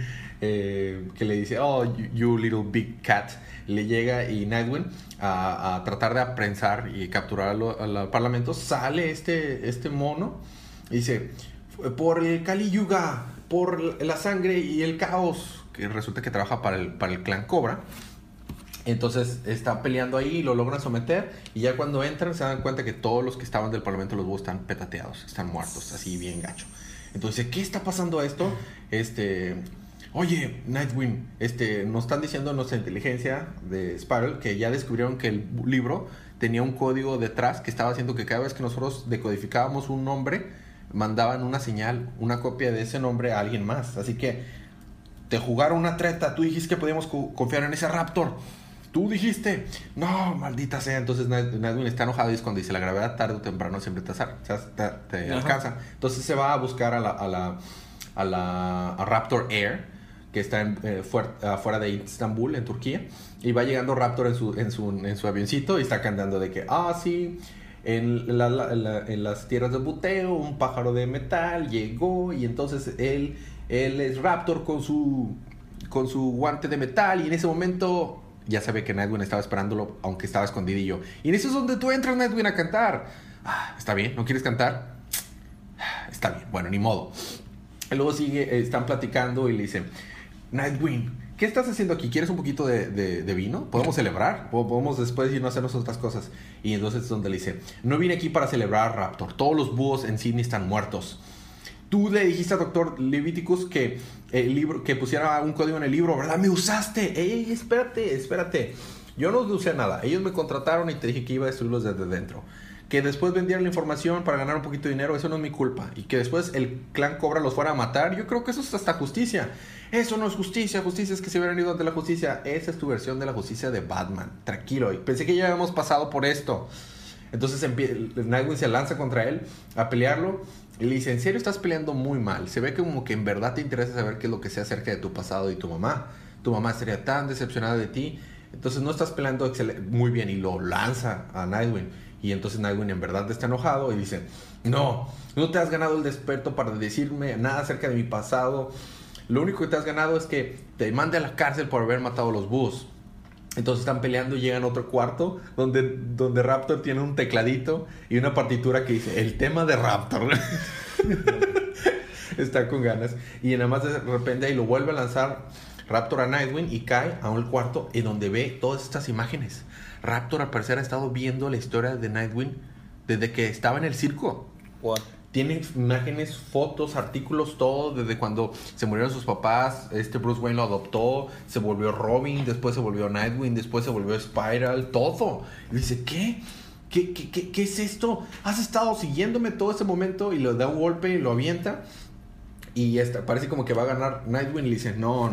[SPEAKER 1] que le dice, oh, you little big cat, le llega y Nightwing a tratar de aprensar y capturar al Parlamento, sale este mono. Y dice, por el Kali Yuga, por la sangre y el caos, que resulta que trabaja para el clan Cobra. Entonces está peleando ahí y lo logran someter. Y ya cuando entran se dan cuenta que todos los que estaban del Parlamento de los Búhos están petateados, están muertos, así bien gacho. Entonces, ¿qué está pasando a esto? Oye, Nightwing, nos están diciendo nuestra inteligencia de Sparrow que ya descubrieron que el libro tenía un código detrás que estaba haciendo que cada vez que nosotros decodificábamos un nombre, mandaban una señal, una copia de ese nombre a alguien más. Así que te jugaron una treta. Tú dijiste que podíamos confiar en ese Raptor. Tú dijiste, no, maldita sea. Entonces Nightwing está enojado y es cuando dice, la gravedad tarde o temprano siempre te alcanza. Entonces se va a buscar a Raptor Air, que está afuera de Estambul, en Turquía. Y va llegando Raptor en su avioncito y está cantando de que, sí, en las tierras de buteo, un pájaro de metal llegó y entonces él es Raptor con su con su guante de metal y en ese momento ya sabía que Nightwing estaba esperándolo, aunque estaba escondidillo. Y en eso es donde tú entras, Nightwing, a cantar. Está bien, ¿no quieres cantar? Está bien, bueno, ni modo. Y luego sigue, están platicando y le dicen, Nightwing, ¿qué estás haciendo aquí? ¿Quieres un poquito de vino? ¿Podemos celebrar? ¿Podemos después irnos a hacernos otras cosas? Y entonces es donde le dice, no vine aquí para celebrar, Raptor. Todos los búhos en Sydney están muertos. Tú le dijiste al doctor Leviticus que el libro, que pusiera un código en el libro, ¿verdad? Me usaste. Ey, espérate. Yo no usé nada. Ellos me contrataron y te dije que iba a destruirlos desde dentro. Que después vendieran la información para ganar un poquito de dinero, eso no es mi culpa. Y que después el clan Cobra los fuera a matar, yo creo que eso es hasta justicia. Eso no es justicia es que se hubieran ido ante la justicia. Esa es tu versión de la justicia de Batman. Tranquilo, pensé que ya habíamos pasado por esto. Entonces Nightwing se lanza contra él a pelearlo y le dice, ¿en serio estás peleando muy mal? Se ve como que en verdad te interesa saber qué es lo que sé acerca de tu pasado y tu mamá. Tu mamá estaría tan decepcionada de ti. Entonces no estás peleando muy bien, y lo lanza a Nightwing. Y entonces Nightwing en verdad está enojado y dice, no te has ganado el desperto para decirme nada acerca de mi pasado. Lo único que te has ganado es que te mande a la cárcel por haber matado a los búhos. Entonces están peleando y llegan a otro cuarto donde Raptor tiene un tecladito y una partitura que dice, el tema de Raptor. Está con ganas. Y nada más de repente ahí lo vuelve a lanzar Raptor a Nightwing y cae a un cuarto en donde ve todas estas imágenes. Raptor al parecer ha estado viendo la historia de Nightwing desde que estaba en el circo.
[SPEAKER 2] What?
[SPEAKER 1] Tiene imágenes, fotos, artículos, todo desde cuando se murieron sus papás. Bruce Wayne lo adoptó, se volvió Robin, después se volvió Nightwing, después se volvió Spiral, todo. Y dice, ¿qué es esto? ¿Has estado siguiéndome todo este momento? Y le da un golpe y lo avienta. Y parece como que va a ganar Nightwing y le dice, no,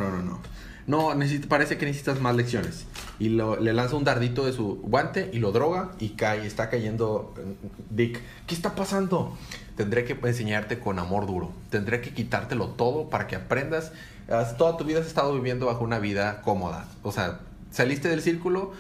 [SPEAKER 1] parece que necesitas más lecciones. Y le lanza un dardito de su guante y lo droga y cae, está cayendo Dick. ¿Qué está pasando? Tendré que enseñarte con amor duro. Tendré que quitártelo todo para que aprendas. Toda tu vida has estado viviendo bajo una vida cómoda. O sea, saliste del circo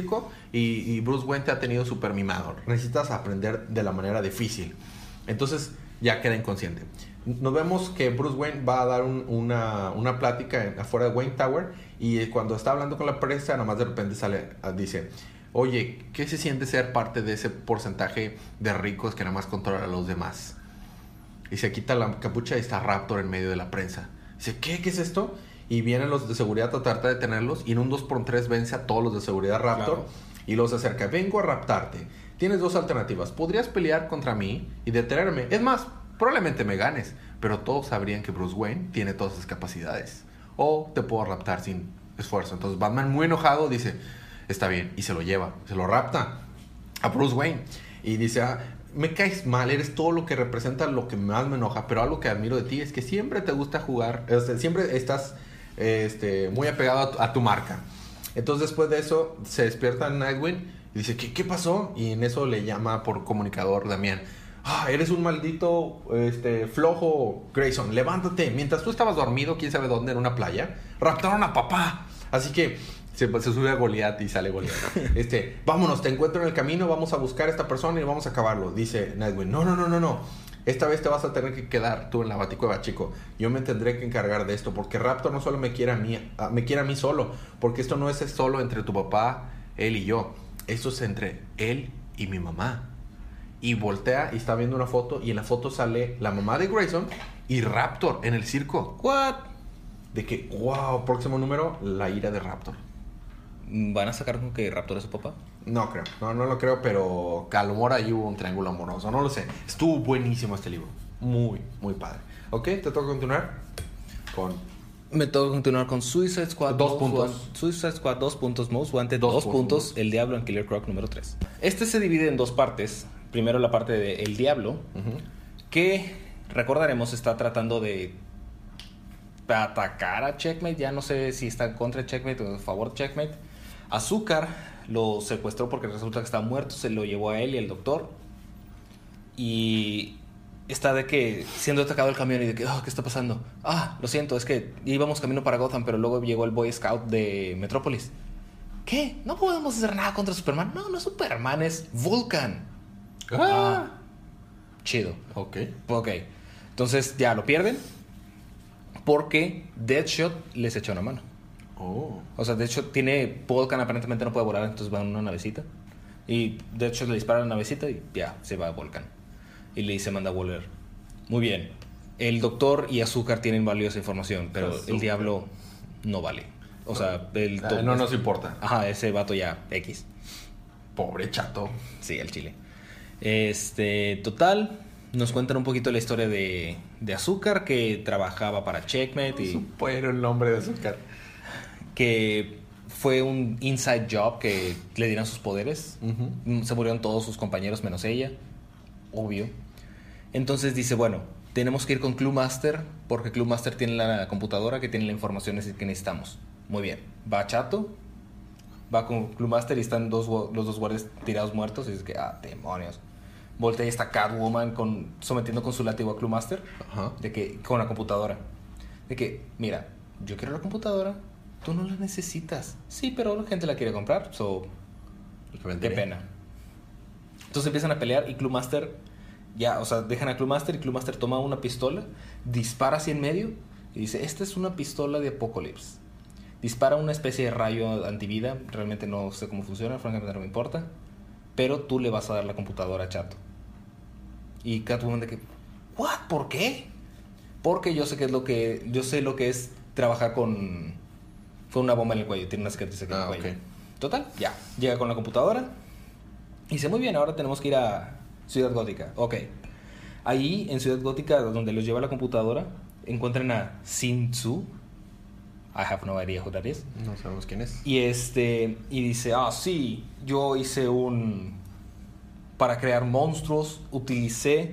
[SPEAKER 1] y Bruce Wayne te ha tenido súper mimado. Necesitas aprender de la manera difícil. Entonces ya queda inconsciente. Nos vemos que Bruce Wayne va a dar una plática afuera de Wayne Tower. Y cuando está hablando con la prensa, nada más de repente dice, oye, ¿qué se siente ser parte de ese porcentaje de ricos que nada más controla a los demás? Y se quita la capucha y está Raptor en medio de la prensa. Dice, ¿qué es esto? Y vienen los de seguridad a tratar de detenerlos. Y en un 2x3 vence a todos los de seguridad Raptor. Claro. Y los acerca. Vengo a raptarte. Tienes dos alternativas. Podrías pelear contra mí y detenerme. Es más, probablemente me ganes. Pero todos sabrían que Bruce Wayne tiene todas esas capacidades. O te puedo raptar sin esfuerzo. Entonces Batman, muy enojado, dice, está bien. Y se lo lleva. Se lo rapta a Bruce Wayne. Y dice, me caes mal. Eres todo lo que representa lo que más me enoja. Pero algo que admiro de ti es que siempre te gusta jugar. Siempre estás muy apegado a tu marca. Entonces después de eso se despierta Nightwing y dice, ¿qué pasó? Y en eso le llama por comunicador Damián. Eres un maldito flojo, Grayson. Levántate. Mientras tú estabas dormido, quién sabe dónde, en una playa, raptaron a papá. Así que se sube a Goliat y sale Goliat. Vámonos, te encuentro en el camino, vamos a buscar a esta persona y vamos a acabarlo. Dice Nightwing, no. Esta vez te vas a tener que quedar tú en la Baticueva, chico. Yo me tendré que encargar de esto, porque Raptor no solo me quiere a mí solo, porque esto no es solo entre tu papá, él y yo. Esto es entre él y mi mamá. Y voltea y está viendo una foto, y en la foto sale la mamá de Grayson y Raptor en el circo.
[SPEAKER 2] ¿What?
[SPEAKER 1] De que, wow, próximo número, la ira de Raptor.
[SPEAKER 2] ¿Van a sacar con que Raptor es su papá?
[SPEAKER 1] No creo, no lo creo, pero a lo mejor ahí hubo un triángulo amoroso, no lo sé. Estuvo buenísimo este libro, muy, muy padre. ¿Ok? ¿Te toca continuar?
[SPEAKER 2] Me toca continuar con Suicide Squad
[SPEAKER 1] 2 puntos.
[SPEAKER 2] Suicide Squad 2 puntos, Most Wanted 2 puntos, El Diablo en Killer Croc número 3. Este se divide en dos partes. Primero la parte de El Diablo, que recordaremos está tratando de atacar a Checkmate. Ya no sé si está contra Checkmate o a favor de Checkmate. Azúcar lo secuestró porque resulta que está muerto. Se lo llevó a él y al doctor. Y está de que siendo atacado el camión y de que, ¿qué está pasando? Lo siento, es que íbamos camino para Gotham, pero luego llegó el Boy Scout de Metrópolis. ¿Qué? ¿No podemos hacer nada contra Superman? No es Superman, es Vulcan. Chido.
[SPEAKER 1] Ok.
[SPEAKER 2] Entonces ya lo pierden. porque Deadshot les echa una mano.
[SPEAKER 1] Oh.
[SPEAKER 2] O sea, Deadshot tiene... Volcan aparentemente no puede volar, entonces va en una navecita. Y Deadshot le dispara a la navecita y ya, se va a Volcan. Y le dice Amanda Waller, muy bien, el doctor y Azúcar tienen valiosa información, pero
[SPEAKER 1] Azúcar.
[SPEAKER 2] El Diablo no vale. O sea,
[SPEAKER 1] no nos importa.
[SPEAKER 2] Ajá, ese vato ya, X.
[SPEAKER 1] Pobre chato.
[SPEAKER 2] Sí, el chile. Total, nos cuentan un poquito la historia de Azúcar, que trabajaba para Checkmate y
[SPEAKER 1] Supero el nombre de Azúcar.
[SPEAKER 2] que fue un inside job que le dieron sus poderes.
[SPEAKER 1] Uh-huh.
[SPEAKER 2] Se murieron todos sus compañeros menos ella, obvio. Entonces dice, bueno, tenemos que ir con Clue Master porque Clue Master tiene la computadora que tiene la información que necesitamos. Muy bien, va Chato, va con Clue Master y están los dos guardias tirados muertos y dice que, demonios. Voltea y está Catwoman sometiendo con su látigo a Clue Master.
[SPEAKER 1] Ajá.
[SPEAKER 2] De que, con la computadora. De que, mira, yo quiero la computadora, tú no la necesitas. Sí, pero la gente la quiere comprar, qué pena. Entonces empiezan a pelear y Clue Master, ya, o sea, dejan a Clue Master y Clue Master toma una pistola, dispara así en medio y dice, esta es una pistola de Apocalypse. Dispara una especie de rayo antivida, realmente no sé cómo funciona, francamente no me importa, pero tú le vas a dar la computadora a Chato. Y Catwoman de que, ¿what? ¿Por qué? Porque yo sé lo que es trabajar con una bomba en el cuello, tiene una cicatriz aquí en el cuello.
[SPEAKER 1] Okay.
[SPEAKER 2] Total, ya, llega con la computadora y dice, muy bien, ahora tenemos que ir a Ciudad Gótica. Ok. Ahí, en Ciudad Gótica, donde los lleva la computadora, encuentran a Sin Tzu. I have no idea who that is.
[SPEAKER 1] No sabemos quién es.
[SPEAKER 2] Y dice, sí, yo hice para crear monstruos, utilicé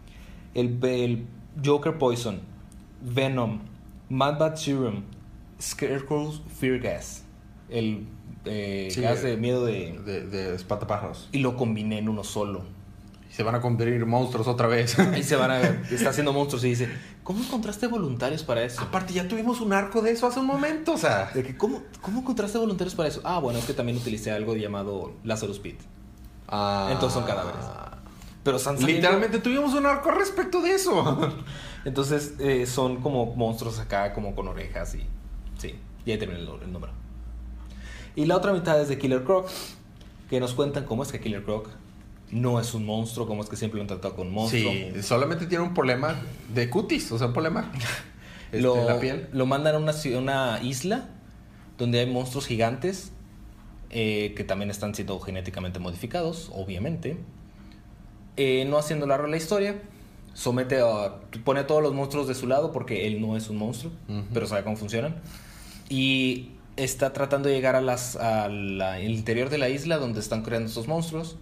[SPEAKER 2] el Joker Poison, Venom, Mad Bat Serum, Scarecrow's Fear Gas, el gas de miedo
[SPEAKER 1] de espantapájaros.
[SPEAKER 2] y lo combiné en uno solo.
[SPEAKER 1] Se van a convertir monstruos otra vez.
[SPEAKER 2] Ahí está haciendo monstruos y dice, ¿cómo encontraste voluntarios para eso?
[SPEAKER 1] Aparte, ya tuvimos un arco de eso hace un momento, o sea.
[SPEAKER 2] De que, ¿cómo encontraste voluntarios para eso? Bueno, es que también utilicé algo llamado Lazarus Pit. Entonces son cadáveres. Pero están saliendo...
[SPEAKER 1] Literalmente tuvimos un arco respecto de eso.
[SPEAKER 2] Entonces son como monstruos acá, como con orejas y... Sí, y ahí termina el número. Y la otra mitad es de Killer Croc, que nos cuentan cómo es que Killer Croc no es un monstruo, cómo es que siempre lo han tratado con monstruo.
[SPEAKER 1] Sí, solamente tiene un problema de cutis, o sea, un problema la piel.
[SPEAKER 2] Lo mandan a una isla donde hay monstruos gigantes que también están siendo genéticamente modificados, obviamente. No haciendo larga la historia, pone a todos los monstruos de su lado porque él no es un monstruo, pero sabe cómo funcionan. Y está tratando de llegar el interior de la isla donde están creando estos monstruos.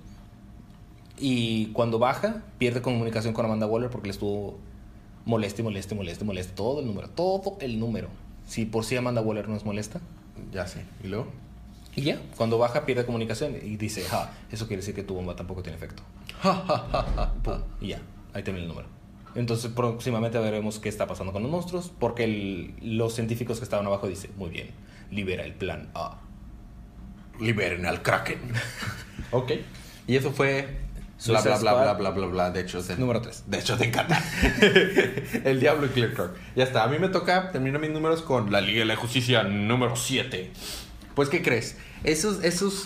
[SPEAKER 2] Y cuando baja, pierde comunicación con Amanda Waller porque le estuvo moleste todo el número. Si por sí Amanda Waller no es molesta.
[SPEAKER 1] Ya sé. ¿Y luego?
[SPEAKER 2] Y ya, cuando baja pierde comunicación y dice, eso quiere decir que tu bomba tampoco tiene efecto. Y ya, ahí termina el número. Entonces próximamente veremos qué está pasando con los monstruos, porque los científicos que estaban abajo dicen, muy bien, libera el plan A.
[SPEAKER 1] Liberen al Kraken. Ok. Y eso fue... Bla,
[SPEAKER 2] Suicide
[SPEAKER 1] bla, bla,
[SPEAKER 2] Squad.
[SPEAKER 1] bla, bla, bla. De hecho,
[SPEAKER 2] Número 3.
[SPEAKER 1] De hecho, te encanta. El Diablo y Killer Croc. Ya está. A mí me toca terminar mis números con la Liga de la Justicia número 7. Pues, ¿qué crees? Eso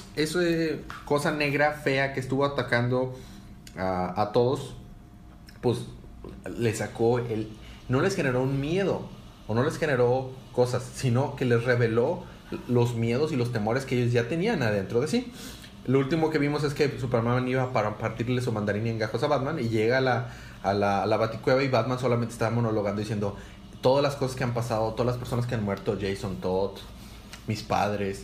[SPEAKER 1] cosa negra, fea que estuvo atacando a todos, pues le sacó no les generó un miedo o no les generó cosas, sino que les reveló los miedos y los temores que ellos ya tenían adentro de sí. Lo último que vimos es que Superman iba para partirle su mandarín en gajos a Batman y llega a la Baticueva y Batman solamente estaba monologando diciendo todas las cosas que han pasado, todas las personas que han muerto, Jason Todd, mis padres,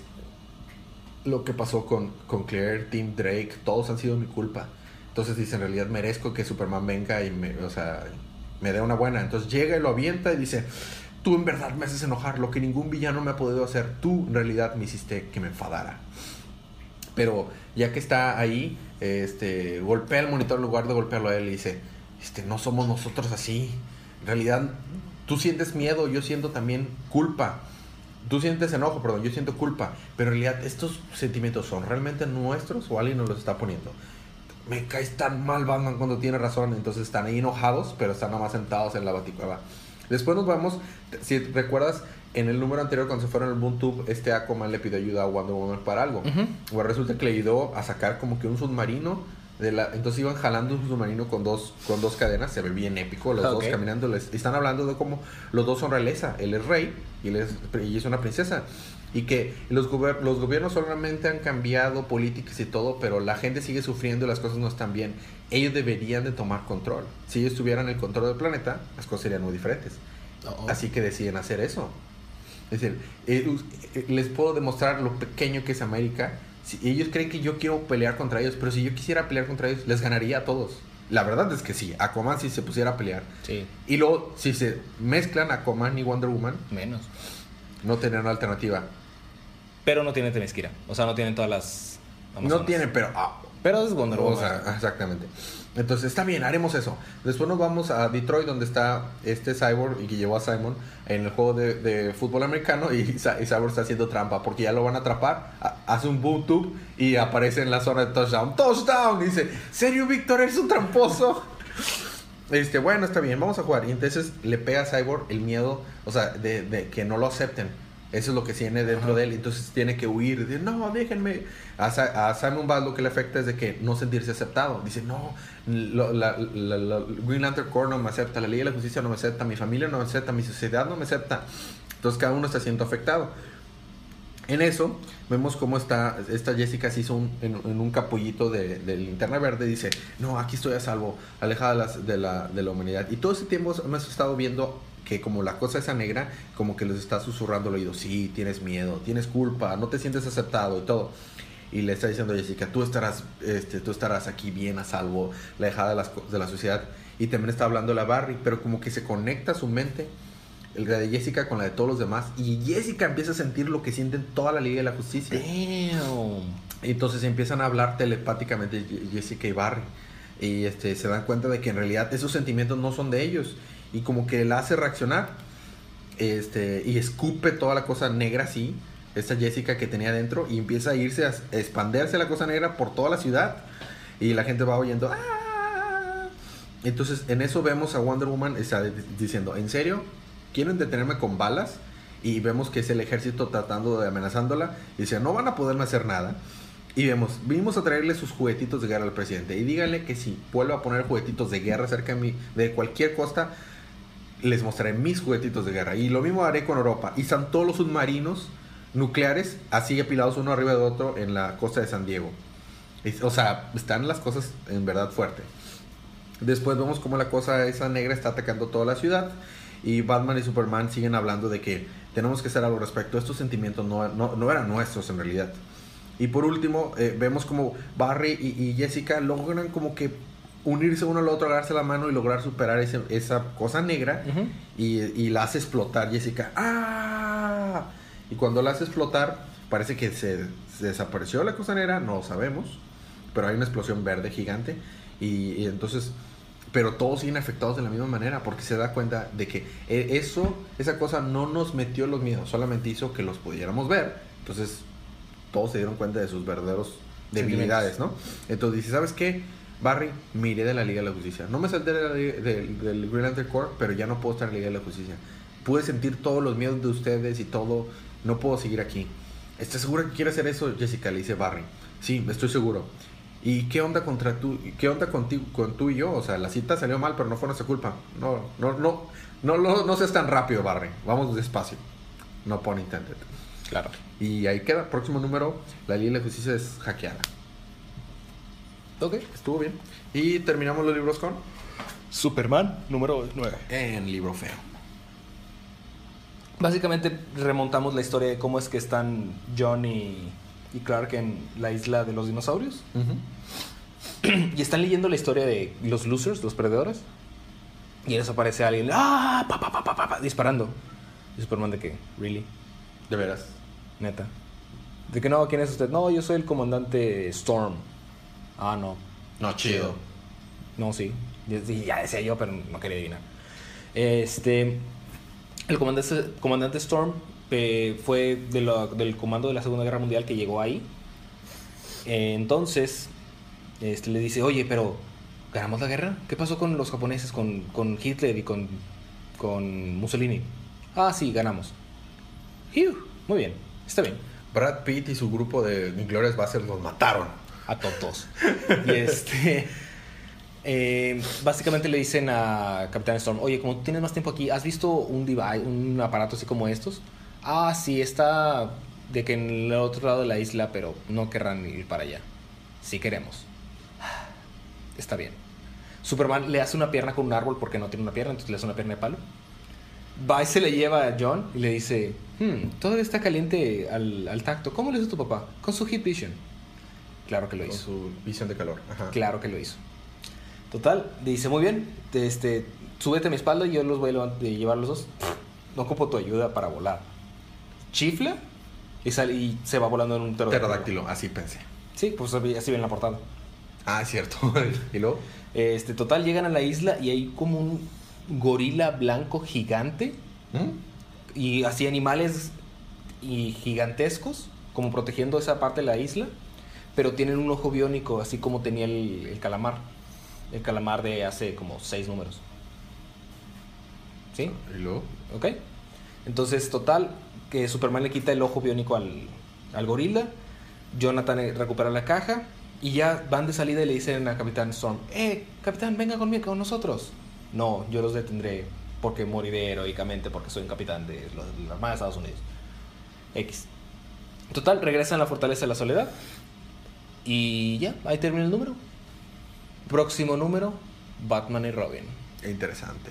[SPEAKER 1] lo que pasó con Claire, Tim Drake, todos han sido mi culpa. Entonces dice, en realidad merezco que Superman venga y me dé una buena. Entonces llega y lo avienta y dice, tú en verdad me haces enojar, lo que ningún villano me ha podido hacer, tú en realidad me hiciste que me enfadara. Pero ya que está ahí, golpea el monitor en lugar de golpearlo a él y dice, no somos nosotros así. En realidad, tú sientes miedo, yo siento también culpa. Tú sientes enojo, perdón, yo siento culpa. Pero en realidad, ¿estos sentimientos son realmente nuestros o alguien nos los está poniendo? Me caes tan mal, Batman, cuando tiene razón. Entonces están ahí enojados, pero están nada más sentados en la Baticueva. Después nos vamos, si recuerdas, en el número anterior cuando se fueron al BoomTube, Aquaman le pidió ayuda a Wonder Woman para algo. Bueno, resulta que le ayudó a sacar como que un submarino. Entonces iban jalando un submarino con dos cadenas. Se ve bien épico, los dos caminando. Están hablando de cómo los dos son realeza. Él es rey y ella es una princesa. Y que los gobiernos solamente han cambiado políticas y todo, pero la gente sigue sufriendo y las cosas no están bien. Ellos deberían de tomar control. Si ellos tuvieran el control del planeta, las cosas serían muy diferentes. Así que deciden hacer eso. Es decir, les puedo demostrar lo pequeño que es América. Si ellos creen que yo quiero pelear contra ellos, pero si yo quisiera pelear contra ellos, les ganaría a todos. La verdad es que sí, Aquaman si se pusiera a pelear.
[SPEAKER 2] Sí.
[SPEAKER 1] Y luego, si se mezclan Aquaman y Wonder Woman,
[SPEAKER 2] menos.
[SPEAKER 1] No tendrán alternativa.
[SPEAKER 2] Pero no tienen Themyscira. O sea, no tienen todas las Amazonas.
[SPEAKER 1] No tienen, pero...
[SPEAKER 2] pero es Wonder Woman.
[SPEAKER 1] O sea, exactamente. Entonces, está bien, haremos eso. Después nos vamos a Detroit, donde está Cyborg y que llevó a Simon en el juego de fútbol americano. Y Cyborg está haciendo trampa porque ya lo van a atrapar. Hace un boom tube y aparece en la zona de touchdown. ¡Touchdown! Y dice, ¿serio, Víctor? ¿Eres un tramposo? Bueno, está bien, vamos a jugar. Y entonces le pega a Cyborg el miedo, o sea, de que no lo acepten. Eso es lo que tiene dentro de él. Entonces tiene que huir. Dice, no, déjenme. A Simon Baz lo que le afecta es de que no sentirse aceptado. Dice, no, la Green Lantern Corps no me acepta, la Liga de la Justicia no me acepta, mi familia no me acepta, mi sociedad no me acepta. Entonces cada uno está siendo afectado. En eso vemos cómo esta Jessica se hizo en un capullito de linterna verde. Dice, no, aquí estoy a salvo, alejada de la humanidad. Y todo ese tiempo hemos estado viendo que como la cosa esa negra, como que les está susurrando al oído, sí, tienes miedo, tienes culpa, no te sientes aceptado y todo. Y le está diciendo a Jessica, tú estarás aquí bien a salvo, alejada de la sociedad. Y también está hablando a Barry, pero como que se conecta su mente, la de Jessica con la de todos los demás. Y Jessica empieza a sentir lo que sienten toda la Liga de la Justicia.
[SPEAKER 2] Damn.
[SPEAKER 1] Y entonces empiezan a hablar telepáticamente Jessica y Barry. Y se dan cuenta de que en realidad esos sentimientos no son de ellos. Y como que la hace reaccionar. Y escupe toda la cosa negra así. Esta Jessica que tenía dentro. Y empieza a irse a expandirse la cosa negra por toda la ciudad. Y la gente va oyendo. ¡Ah! Entonces en eso vemos a Wonder Woman diciendo, ¿en serio? ¿Quieren detenerme con balas? Y vemos que es el ejército tratando de amenazándola. Y dice, no van a poderme hacer nada. Y vinimos a traerle sus juguetitos de guerra al presidente. Y díganle que si vuelvo a poner juguetitos de guerra cerca de mí, de cualquier costa, les mostraré mis juguetitos de guerra. Y lo mismo haré con Europa. Y están todos los submarinos nucleares así apilados uno arriba de otro en la costa de San Diego. O sea, están las cosas en verdad fuertes. Después vemos cómo la cosa esa negra está atacando toda la ciudad. Y Batman y Superman siguen hablando de que tenemos que hacer algo al respecto. Estos sentimientos no eran nuestros en realidad. Y por último, vemos como Barry y Jessica logran como que unirse uno al otro, agarrarse la mano y lograr superar esa cosa negra. Y la hace explotar Jessica. ¡Ah! Y cuando la hace explotar, parece que se desapareció la cosa negra, no lo sabemos. Pero hay una explosión verde gigante. Y entonces... Pero todos siguen afectados de la misma manera, porque se da cuenta de que esa cosa no nos metió los miedos, solamente hizo que los pudiéramos ver. Entonces todos se dieron cuenta de sus verdaderos debilidades, ¿no? Entonces dice, ¿sabes qué? Barry, me iré de la Liga de la Justicia. No me salté del Green Lantern Corps, pero ya no puedo estar en la Liga de la Justicia. Pude sentir todos los miedos de ustedes y todo. No puedo seguir aquí. ¿Estás segura que quiere hacer eso, Jessica? Le dice Barry. Sí, estoy seguro. ¿Y qué onda con tú y yo? O sea, la cita salió mal, pero no fue nuestra culpa. No seas tan rápido, Barry. Vamos despacio. No pun intended.
[SPEAKER 2] Claro.
[SPEAKER 1] Y ahí queda. Próximo número, la Liga de la Justicia es hackeada.
[SPEAKER 2] Ok.
[SPEAKER 1] Estuvo bien. Y terminamos los libros con
[SPEAKER 2] Superman, número 9.
[SPEAKER 1] En libro feo.
[SPEAKER 2] Básicamente remontamos la historia de cómo es que están John y Clark en la isla de los dinosaurios. Y están leyendo la historia de los losers, los perdedores. Y en eso aparece alguien disparando. Y Superman de que, ¿really?
[SPEAKER 1] ¿De veras?
[SPEAKER 2] Neta. De que no, ¿quién es usted? No, yo soy el comandante Storm. Ah, no.
[SPEAKER 1] No, chido.
[SPEAKER 2] No, sí. Ya decía yo, pero no quería adivinar. El comandante Storm fue del comando de la Segunda Guerra Mundial que llegó ahí. Entonces le dice, oye, pero ¿ganamos la guerra? ¿Qué pasó con los japoneses, con Hitler y con con Mussolini. Ah, sí, ganamos. Muy bien, está bien.
[SPEAKER 1] Brad Pitt y su grupo de Inglourious Basterds los mataron.
[SPEAKER 2] A todos. Y básicamente le dicen a Capitán Storm, oye, como tú tienes más tiempo aquí, ¿has visto un aparato así como estos? Ah, sí, está de que en el otro lado de la isla, pero no querrán ir para allá. Sí queremos. Está bien. Superman le hace una pierna con un árbol porque no tiene una pierna, entonces le hace una pierna de palo. Va y se le lleva a John y le dice, todavía está caliente al tacto. ¿Cómo lo hizo tu papá? Con su Heat Vision. Claro que lo hizo.
[SPEAKER 1] Con su visión de calor. Ajá.
[SPEAKER 2] Claro que lo hizo. Total, dice, muy bien, súbete a mi espalda y yo los voy a llevar los dos. No ocupo tu ayuda para volar. Chifla y se va volando en un
[SPEAKER 1] pterodáctilo, así pensé.
[SPEAKER 2] Sí, pues así ven la portada.
[SPEAKER 1] Ah, es cierto. ¿Y luego?
[SPEAKER 2] Total, llegan a la isla y hay como un gorila blanco gigante. Y así animales y gigantescos, como protegiendo esa parte de la isla. Pero tienen un ojo biónico, así como tenía el calamar. El calamar de hace como 6 números. ¿Sí?
[SPEAKER 1] ¿Y luego?
[SPEAKER 2] Ok. Entonces, total, que Superman le quita el ojo biónico al gorila. Jonathan recupera la caja. Y ya van de salida y le dicen a Capitán Storm, Capitán, venga conmigo, con nosotros. No, yo los detendré porque moriré heroicamente porque soy un capitán de la Armada de Estados Unidos. X. Total, regresan a la Fortaleza de la Soledad. Y ya, ahí termina el número. Próximo número, Batman y Robin.
[SPEAKER 1] Interesante.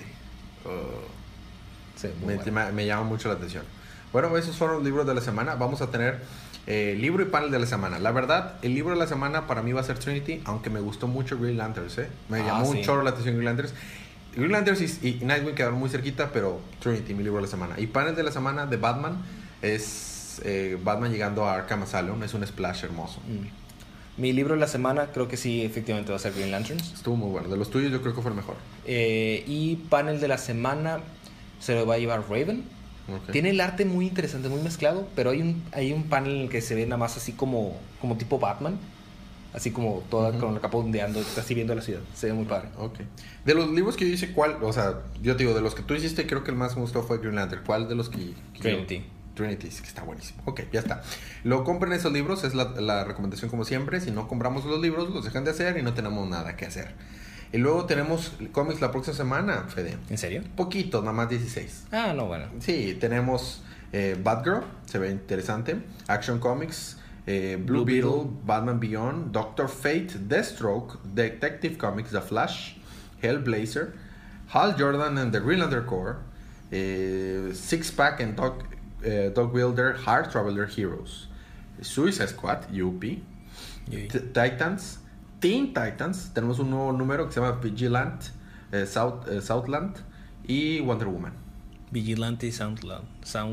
[SPEAKER 2] Sí,
[SPEAKER 1] me llama mucho la atención. Bueno, esos fueron los libros de la semana. Vamos a tener libro y panel de la semana. La verdad, el libro de la semana para mí va a ser Trinity, aunque me gustó mucho Green Lanterns. Me llamó un chorro la atención Green Lanterns. Green Lanterns y Nightwing quedaron muy cerquita, pero Trinity, mi libro de la semana. Y panel de la semana de Batman es Batman llegando a Arkham Asylum. Es un splash hermoso.
[SPEAKER 2] Mi libro de la semana creo que sí, efectivamente va a ser Green Lanterns.
[SPEAKER 1] Estuvo muy bueno. De los tuyos yo creo que fue el mejor.
[SPEAKER 2] Y panel de la semana se lo va a llevar Raven. Okay. Tiene el arte muy interesante, muy mezclado, pero hay un panel en el que se ve nada más así como tipo Batman. Así como toda con la capa ondeando, así viendo la ciudad. Se ve muy padre.
[SPEAKER 1] Okay. De los libros que yo hice, ¿cuál? O sea, yo te digo, de los que tú hiciste, creo que el más me gustó fue Green Lantern. ¿Cuál de los que
[SPEAKER 2] Trinity.
[SPEAKER 1] Trinity, que está buenísimo. Ok, ya está. Lo compren esos libros, es la recomendación como siempre. Si no compramos los libros, los dejan de hacer y no tenemos nada que hacer. Y luego tenemos cómics la próxima semana, Fede.
[SPEAKER 2] ¿En serio?
[SPEAKER 1] Poquito, nada más 16.
[SPEAKER 2] Ah, no, bueno.
[SPEAKER 1] Sí, tenemos Batgirl, se ve interesante. Action Comics, Blue Beetle, Batman Beyond, Doctor Fate, Deathstroke, Detective Comics, The Flash, Hellblazer, Hal Jordan and the Green Lantern Corps, Six Pack and Dog Wilder, Heart Traveler Heroes, Suicide Squad, UP, Titans, Teen Titans, tenemos un nuevo número que se llama Vigilant, Southland y Wonder Woman.
[SPEAKER 2] Vigilante y Southland.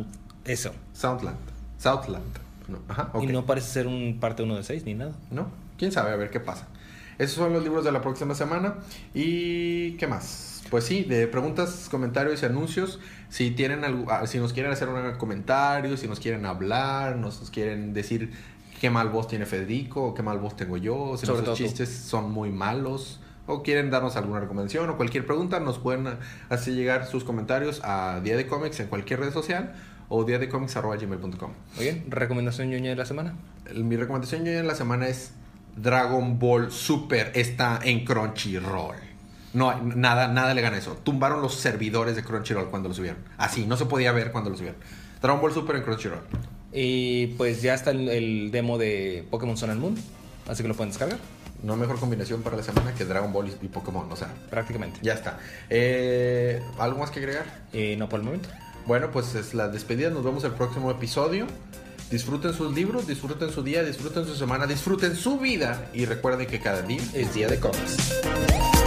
[SPEAKER 1] Southland. No, ajá, okay.
[SPEAKER 2] Y no parece ser un parte 1 de 6 ni nada.
[SPEAKER 1] No, quién sabe, a ver qué pasa. Esos son los libros de la próxima semana. ¿Y qué más? Pues sí, de preguntas, comentarios y anuncios. Si tienen si nos quieren hacer un comentario, si nos quieren hablar, nos quieren decir qué mal voz tiene Federico o qué mal voz tengo yo, si nuestros chistes son muy malos o quieren darnos alguna recomendación o cualquier pregunta, nos pueden hacer llegar sus comentarios a Día de Cómics en cualquier red social o diadecomics@gmail.com.
[SPEAKER 2] Oye, ¿recomendación ñoña de la semana?
[SPEAKER 1] Mi recomendación ñoña de la semana es Dragon Ball Super. Está en Crunchyroll. No, nada le gana eso. Tumbaron los servidores de Crunchyroll cuando lo subieron. Así, no se podía ver cuando lo subieron. Dragon Ball Super en Crunchyroll.
[SPEAKER 2] Y pues ya está el demo de Pokémon Sun and Moon, así que lo pueden descargar.
[SPEAKER 1] No mejor combinación para la semana que Dragon Ball y Pokémon, o sea.
[SPEAKER 2] Prácticamente.
[SPEAKER 1] Ya está. ¿Algo más que agregar?
[SPEAKER 2] No por el momento.
[SPEAKER 1] Bueno, pues es la despedida. Nos vemos el próximo episodio. Disfruten sus libros, disfruten su día, disfruten su semana, disfruten su vida. Y recuerden que cada día es día de cómics.